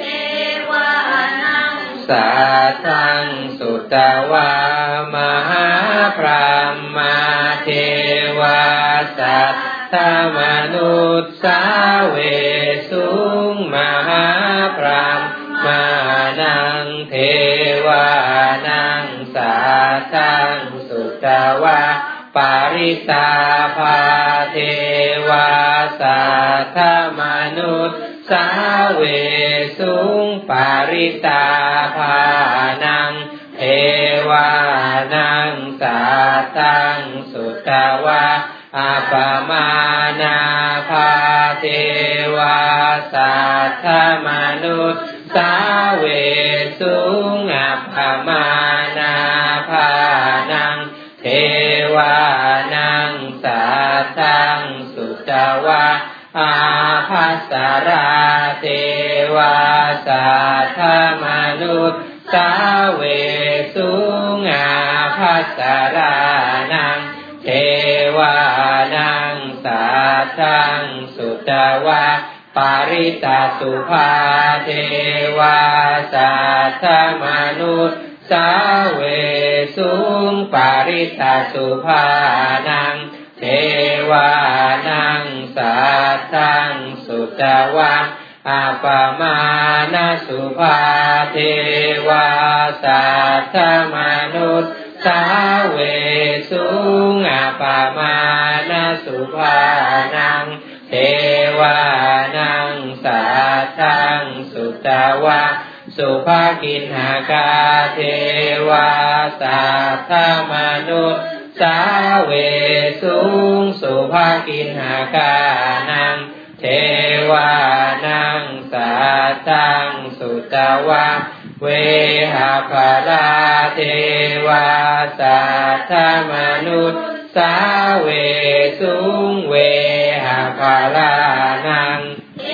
สัทธังสุตวามหาพรหมเทวาสัทธมนุษย์สาเวสุงมหาพรหมนังเทวานังสัทธังสุตวาปาริตาภาเทวาสัทธมนุษย์สาเวสุงปาริตาภานังเทวานังสัทธังสุตวาอัปปมานาภาเทวาสัทธมนุษย์สาเวสุงอัปปมานาภานังเทวานังสัทธังสุตวาอาภัสสราเทวาสัทธมนุษย์สาเวสุงอาภัสสรานังเทวานังสัทธังสุตวาปาริตาสุภาเทวาสัทธมนุษย์สาเวสุงปาริตาสุภานังเทวานังสัทธังสุตวาอัปปมานะสุภาเทวาสัทธมนุษย์สาเวสุงอัปปมานะสุภานังเทวานังสัทธังสุตวาสุภกินหากาเทวาสัทธมนุษย์สาเวสุงสุภกินหากานังเทวานังสัทธังสุตวาเวหาภลาเทวาสัทธมนุษย์สาเวสุงเวหาภลานัง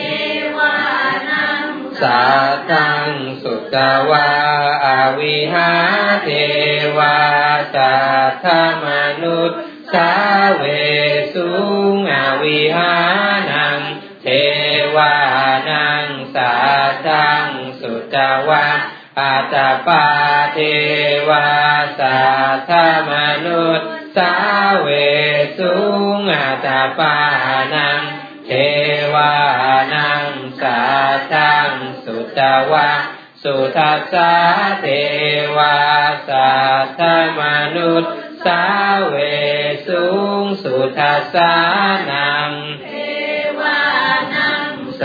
สัทธังสุตวาอวิหาเทวาสัทธมนุษย์สาเวสุงอวิหานังเทวานังสัทธังสุตวาอัตตปาเทวาสัทธมนุษย์สาเวสุงอัตตปานังเทวานังสัทธังสุตวาสุทัสสะเทวาสัทธมนุษย์สาเวสุงสุทัสสะนังเทวานังสั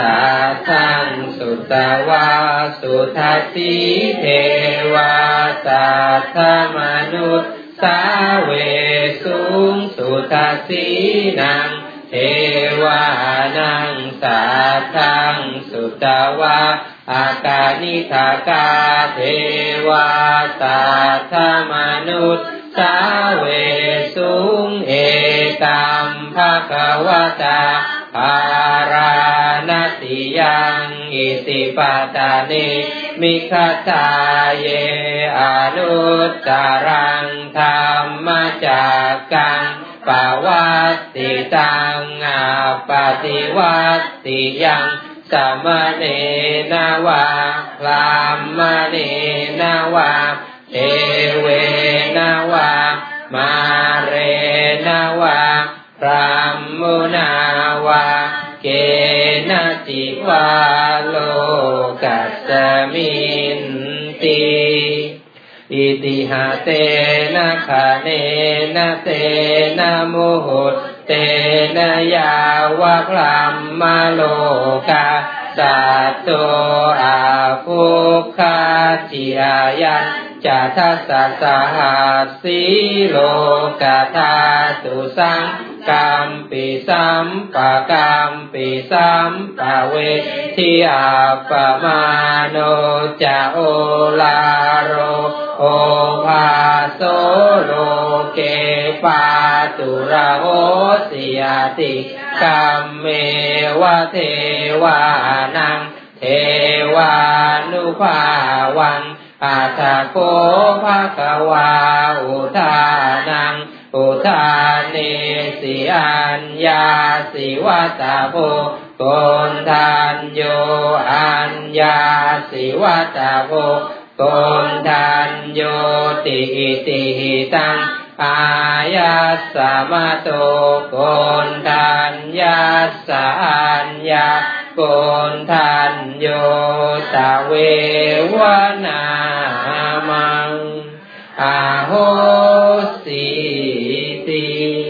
สัทธังสุตวาสุทัสสีเทวาสัทธมนุษย์สาเวสุงสุทัสสีนังเทวานังสัทธังสุตวาอากานิทากาเทวาสัทธมนุษย์สาเวสุงเอตัมภควตาภารณติยังอิติปัตตานิมิคตาเยอนุตตรังธรรมจักกังปวัตติตังอาปฏิวัตติยังสมเณนวาพรามเณนวาเทเวนวามาเรนวาพรามมุนาวาเกณจิวาโลกัสสมินติอิติหะเตนะคะเนนะเตนะมุหุตเตนะยาวะพรัมมโลกาสัตโตอาภุคคาจิอายัญจะทัสสะสหัสสีโลกธาตุสังกัมปิสัมปะกัมปิสัมปะเวทิอาปมาโนจะโอลาโรโอภาโสโลเกปาตุระโหสิยติกัมเมวะเทวานังเทวานุภาวังอาทาโคภะคะวาอุทานังอุทานเนสิอัญญาสิวัตตโพโกนทัญโยอัญญาสิวัตตโพโกนทัญโยติอิติหิตังอายัสสะมะโตโกนทัญญาสะอัญญาโกนทัญโยตะเววนามังอาโหสิติ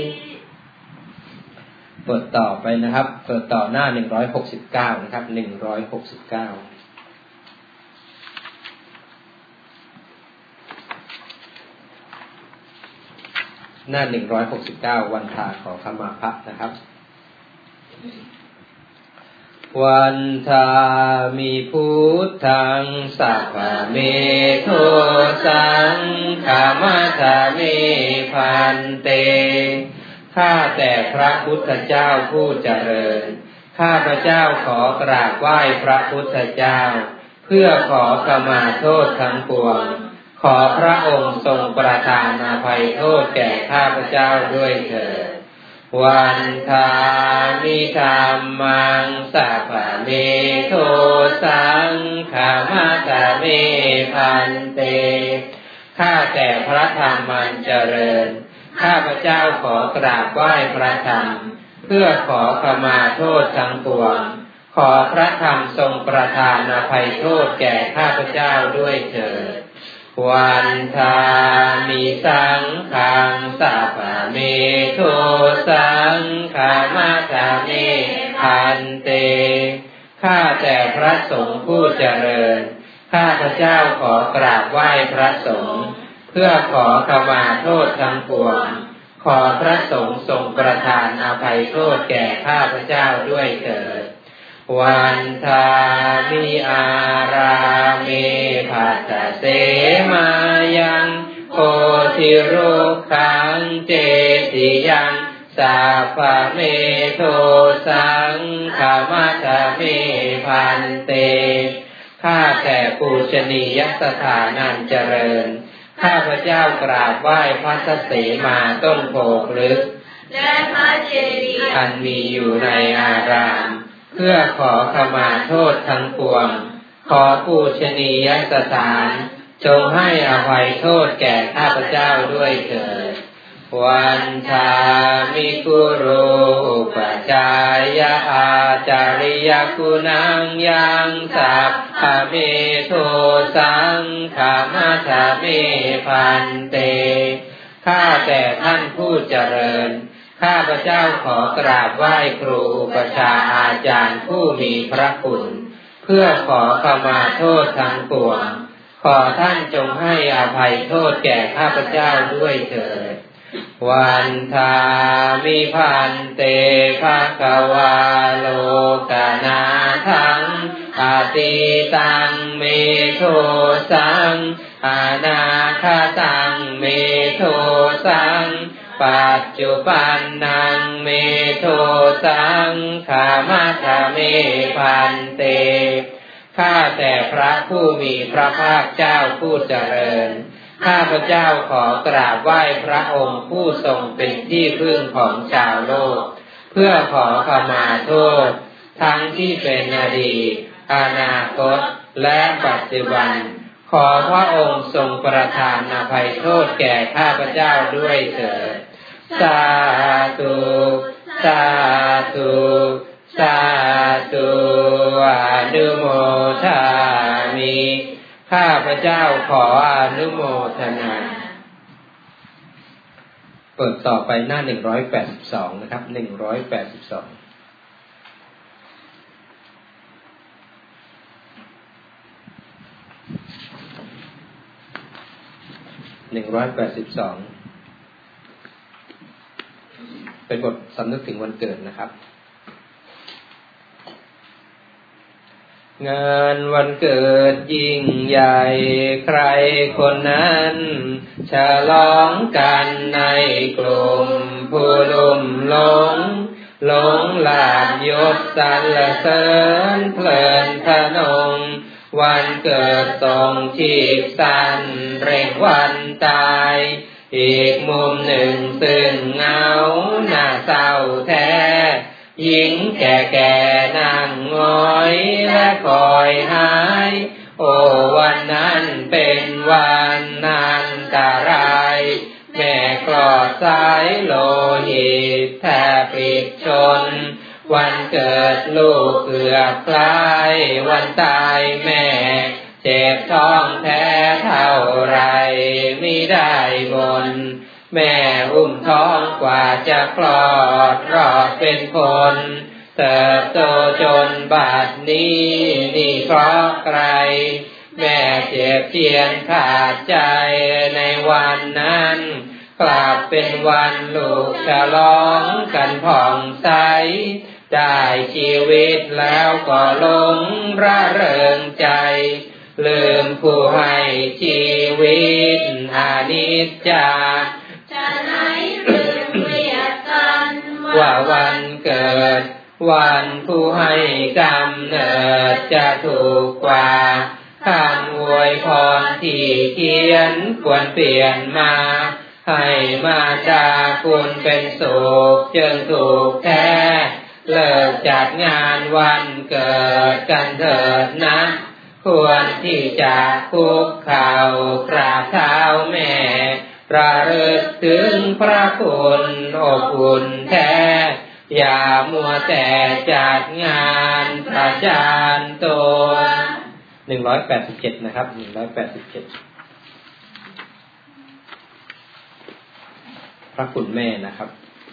เปิดต่อไปนะครับเปิดต่อหน้า169นะครับ169หน้า169วันทาขอขมาพระนะครับวันทามิพุทธังสัพพเมโทสังฆมัสสามิพันเตข้าแต่พระพุทธเจ้าผู้เจริญข้าพระเจ้าขอกราบไหว้พระพุทธเจ้าเพื่อขอขมาโทษทั้งปวงขอพระองค์ทรงประทานอภัยโทษแก่ข้าพเจ้าด้วยเถิดวันทามิธัมมังสัพพเมโทสังฆมัสสามิพันเตข้าแต่พระธรรมมันเจริญข้าพเจ้าขอกราบไหว้พระธรรมเพื่อขอขมาโทษทั้งปวงขอพระธรรมทรงประทานอภัยโทษแก่ข้าพเจ้าด้วยเถิดวันทามิสังฆังสัพพเมโทสังฆมัสสามิพันเตข้าแต่พระสงฆ์ผู้เจริญข้าพเจ้าขอกราบไหว้พระสงฆ์เพื่อขอขมาโทษทั้งปวงขอพระสงฆ์ทรงประทานอภัยโทษแก่ข้าพเจ้าด้วยเถิดวันทามิอาราเมภัสสะเสมายังโคทิรุขังเจติยังสัพพเมโทสังฆมัสสามิพันเตข้าแต่ปูชนียสถานันเจริญข้าพเจ้ากราบไหว้พระเสมาต้นโพพฤกษ์และพระเจดีย์อันมีอยู่ในอารามเพื่อขอขมาโทษทั้งปวงขอปูชนียสถานจงให้อภัยโทษแก่ข้าพเจ้าด้วยเถิดวันทามิกุโรอุปจายะอาจาริยคุณังยังสัพพเมโทสังฆมัสสามิพันเตข้าแต่ท่านผู้เจริญข้าพเจ้าขอกราบไหว้ครูอุปชาอาจารย์ผู้มีพระคุณเพื่อขอขมาโทษทั้งปวงขอท่านจงให้อภัยโทษแก่ข้าพเจ้าด้วยเถิดวันทามิพันเตภควาโลกนาทังอาติตังเมโทสังอนาคตังเมโทสังปัจจุบันนังเมโทสังขามะทะเมพันเตข้าแต่พระผู้มีพระภาคเจ้าผู้เจริญข้าพเจ้าขอกราบไหว้พระองค์ผู้ทรงเป็นที่พึ่งของชาวโลกเพื่อขอขมาโทษทั้งที่เป็นอดีตอนาคตและปัจจุบันขอพระองค์ทรงประทานอภัยโทษแก่ข้าพเจ้าด้วยเถิดสาธุสาธุสาธุอนุโมทามิข้าพเจ้าขออนุโมทนาเปิดต่อไปหน้า182นะครับ182เป็นบทสำนึกถึงวันเกิดนะครับงานวันเกิดยิ่งใหญ่ใครคนนั้นฉลองกันในกลุ่มผู้ลุ่มหลงลาภยศสรรเสริญเพลินทะนงวันเกิดทรงชีพสั้นเร่งวันตายอีกมุมหนึ่งซึ่งเหงาหน้าเศร้าแท้หญิงแก่ๆนั่งง้อยและคอยหายโอ้วันนั้นเป็นวันนันตรายแม่คลอดสายโลหิตแทบปลิดชนวันเกิดลูกเกือบคล้ายวันตายแม่เจ็บท้องแท้เท่าไรไม่ได้บนแม่อุ้มท้องกว่าจะคลอดรอดเป็นคนเติบโตจนบัดนี้นี่เพราะใครแม่เจ็บเจียนขาดใจในวันนั้นกลับเป็นวันลูกฉลองกันผ่องใสได้ชีวิตแล้วก็หลงระเริงใจลืมผู้ให้ชีวิตอนิจจาจะไหนลืมเรียกกันว่าวันเกิดวันผู้ให้กำเนิดจะถูกกว่าคำอวยพรที่เขียนควรเปลี่ยนมาให้มาจากคุณเป็นสุขจึงถูกแท้เลิกจัดงานวันเกิดกันเถิดนะควรที่จะคุกเข่ากราบเท้าแม่ระลึกถึงพระคุณอบอุ่นแท้อย่ามัวแต่จัดงานประจานตัว187นะครับ187พระคุณแม่นะครับ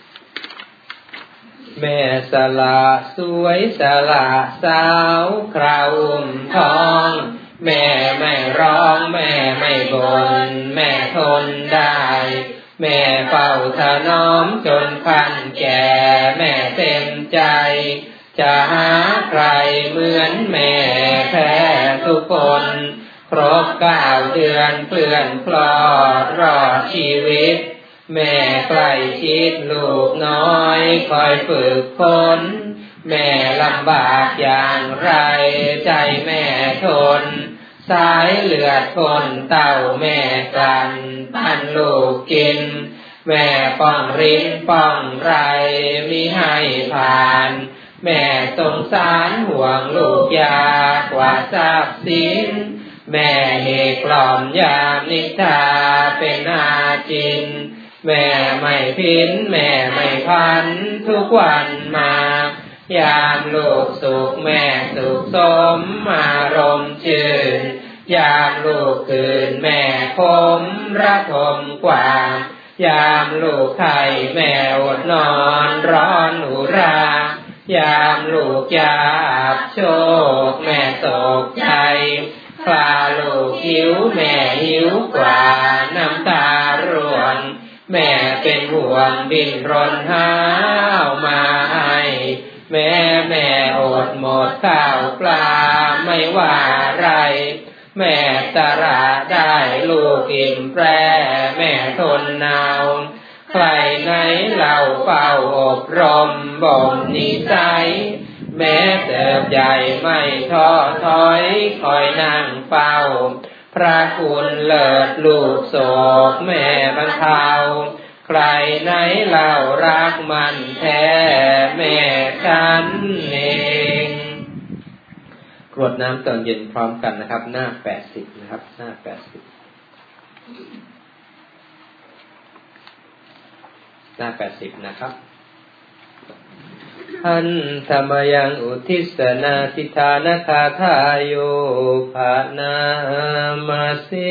แม่สละสวยสละสาวคราวอุ้มท้องแม่ไม่ร้องแม่ไม่บ่นแม่ทนได้แม่เฝ้าถนอมจนพันแก่แม่เต็มใจจะหาใครเหมือนแม่แท้ทุกคนครบ9 เดือนเปลื่อนคลอดรอดชีวิตแม่ใกล้ชิดลูกน้อยคอยฝึกฝนแม่ลำบากอย่างไรใจแม่ทนสายเลือดคนเต้าแม่กันปั้นลูกกินแม่ป้องริ้นป้องไรมิให้ผ่านแม่สงสารห่วงลูกยากว่าทรัพย์สินแม่เฮกล่อมยามนิทราเป็นอาจินแม่ไม่พินแม่ไม่พันทุกวันมายามลูกสุขแม่สุขสมอารมณ์ชื่นยามลูกคืนแม่คมระทมกว่ายามลูกไข่แม่อดนอนร้อนอุรายามลูกยาบโชคแม่โศกใจพาลูกหิวแม่หิวกว่าน้ำตาร่วงแม่เป็นห่วงดิ้นรนหามาให้แม่อดหมดข้าวปลาไม่ว่าไรแม่ตระได้ลูกอิ่มแปรแม่ทนหนาวใครไหนเล่าเฝ้าอบรมบ่มนิสัยแม้เติบใหญ่ไม่ท้อถอยคอยนั่งเฝ้าพระคุณเลิศลูกโศกแม่บรรเทาใครไหนเล่ารักมันแท้แม่ฉันเองกรวดน้ำตอนเย็นพร้อมกันนะครับหน้า80นะครับหน้า80หน้า80นะครับหันธรรมยังอุทิศนาทิธานคาทายโยภานามาเส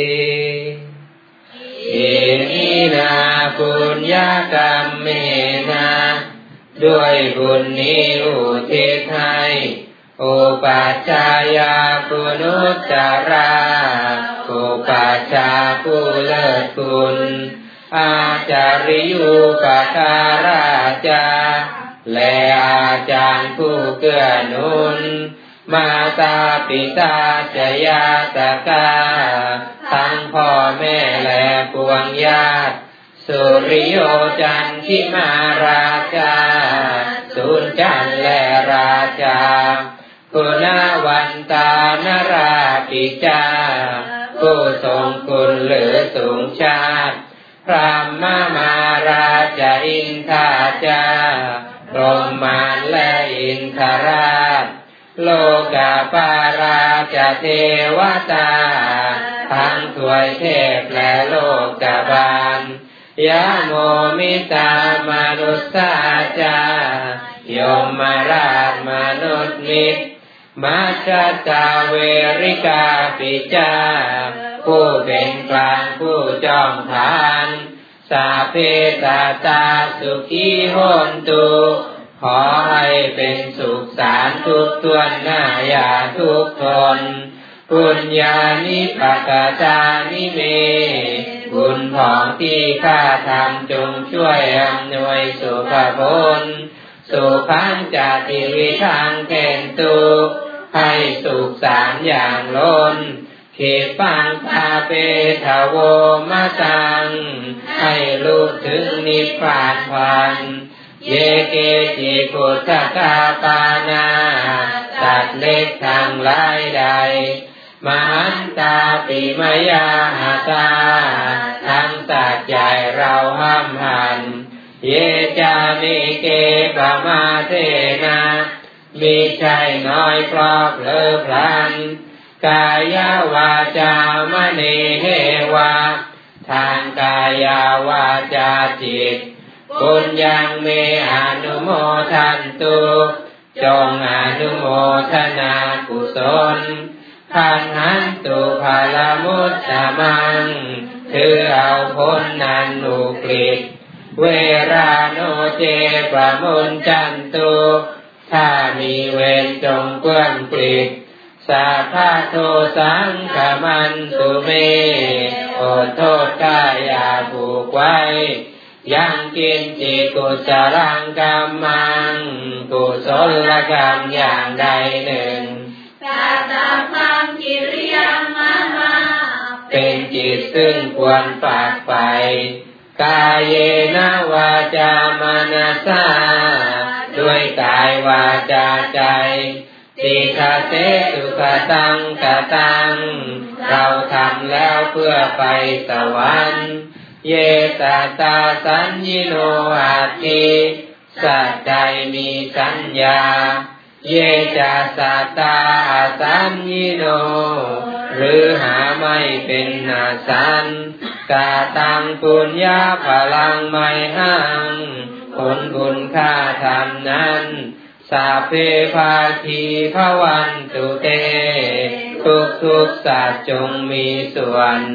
เอหินาปุญญกรรมเมนาด้วยบุญนี้อุทิศให้อุปัชฌายาปุณุตตราอุปัชฌาย์ผู้เลิศคุณอาจาริยุปการาจาและอาจารย์ผู้เกื้อหนุนมาตาปิตาจยาตกาทั้งพ่อแม่และปวงญาติสุริโยจันทิมาราชาสุนจันและราชาคุณวันตานราปิจาผู้ทรงคุณหรือสูงชาติพระมาราชอินทาจาพรหมานและอินทราชโลกาปาราชเทวตาทั้งถวยเทพและโลกบาลยะโมมิตามนุสสาจายมราชมนุษย์มิตรมัจจตาเวริกาปิจาผู้เป็นกลางผู้จอมทานสาเพตตาสุขีโหนตุขอให้เป็นสุขสารทุกทวนหน้าอย่าทุกทนปุญญานิปักจานิเมบุญของที่ข้าทำจงช่วยอำนวยสุขผลสุขังจติวิทังเทนตุให้สุขสารอย่างล้นเขปังคาเปทโวมะตังให้รู้ถึงนิพพานพันเยเกจิพุทธกาปานาสัตว์เล็กทางหลายใดมหันตาปิมยาหาตาทั้งสัตว์ใหญ่เราห้ามหันเยจามิเกปมาเทนะมีใจน้อยเพราะเผลอพลันกายวาจามณีเหวะทางกายวาจาจิตบุญยังเมอนุโมทันตุจงอนุโมทนากุศลขันหันตุภาลมุตตมังคือเอาพ้นนันอุกฤษเวราโนเจปะมุนจันตุถ้ามีเวรจงเปื้อนปลิดสาภาโทสังขมันตุเมโอโทษกายาผูกไว้ยังกินจิกุศลังกรรมังกุศลกรรมอย่างใดหนึ่งกาตมังกิริยังมหาเป็นจิตซึ่งควรฝากไปกายเยนะวาจามนัสสาด้วยกายวาจาใจติคาเตสุขตังกตังเราทำแล้วเพื่อไปสวรรค์เยตตาสัญญิโนอาทิสัตว์ใดมีสัญญาเยจะสัตตาสัญญิโนหรือหาไม่เป็นนาสันกาตังปุญญาพลังไม่หังผลบุญค่าทำนั้นสาเพภาคีภวันตุเตทุกสัตว์จงมีส่วน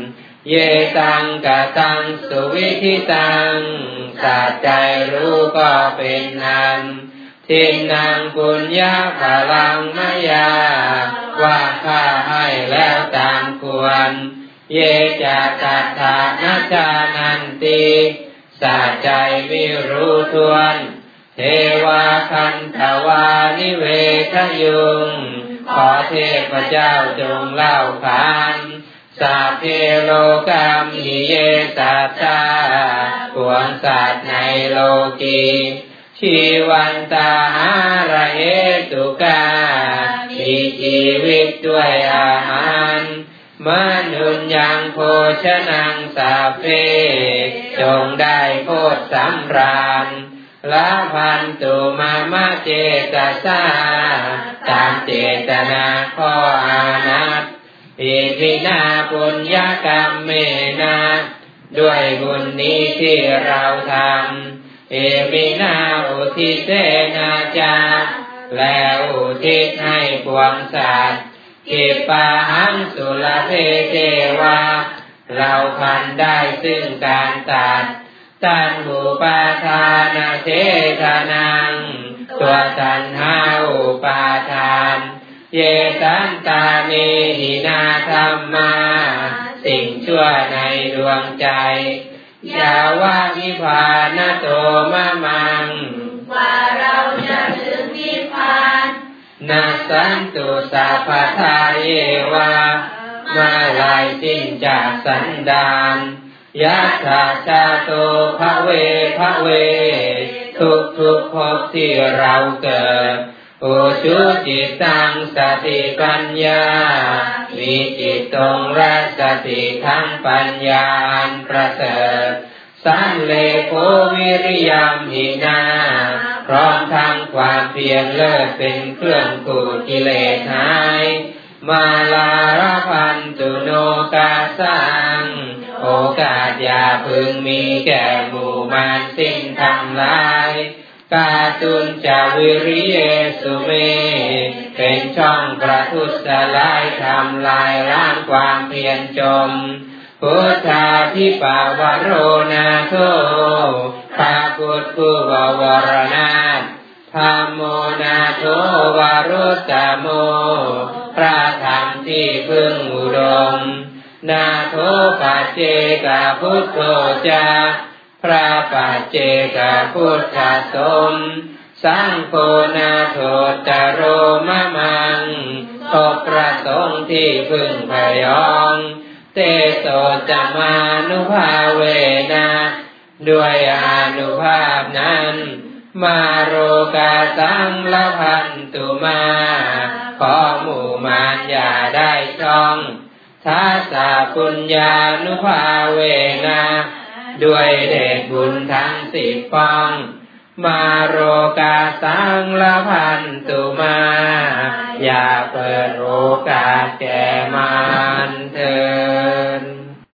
เยตังกตังสุวิธิตังสัจใจรู้ก็เป็นอันทินนางปุญญาภลังมยาว่าข้าให้แล้วตามควรเยจะตัทธานาจานันติสัจใจไม่รู้ทวนเทวาคันธวานิเวทยุงขอเทพเจ้าจงเล่าขานสัพเพโลกามิเยสัตตาปวงสัตว์ในโลกีชีวันตาหาระเหตุกามีชีวิตด้วยอาหารมนุญญังโภชนังสัพเพจงได้โพธสำราญละพันตุมามะเจตสาตามเจตนาข้ออานัตอิทินาปุญญกรรมเมนะด้วยบุญนี้ที่เราทำเอมินาอุทิเสนาจาแล้วอุทิศให้ปวงสัตว์กิปะหังสุลเพเทวาเราพันได้ซึ่งการตัดตัณหูปาทานเททานังตัวตัณหาอุปาทานเยตันตาเนหินาธัมมาสิ่งชั่วในดวงใจยาวะนิพพานโตมะมังว่าเราจะถึงนิพพานนัสสันตุสัพพทาเยวะมาลายสิ้นจากสันดานยัตถาชาโตภเวภเวทุกภพที่เราเกิดโอชุจิตตังสติปัญญามีจิตตรงและสติทั้งปัญญาอันประเสริฐสันเลโภวิริยมหินาพร้อมทั้งความเพียรเลิศเป็นเครื่องขูดกิเลสหายมาลารพันตุโนกาสังโอกาสอย่าพึงมีแก่หมู่มารสิ้นทั้งหลายกาตุนจาวิริเยสุเมเป็นช่องประทุษร้ายทำลายล้างความเพียรจมพุทธาภิปาวโรนาโทพระพุทธผู้บวรนาถธัมโมนาโทวารุตตโมพระธรรมที่พึ่งอุดมนาโทปัจเจกพุทโธจาพระปัจเจกพุทธสมสังโฆนาโทตโรมะมังขอพระสงฆ์ที่พึ่งพยองเตโสจะมานุภาเวนะด้วยอานุภาพนั้นมาโรกาสังละพันตุมาขอหมู่มารอย่าได้ช่องทัสสะปุญญานุภาเวนะด้วยเดชบุญทั้ง10ป้องมาโรกาสังละพันตุมาอย่าเปิดโอกาสแก่มารเถิด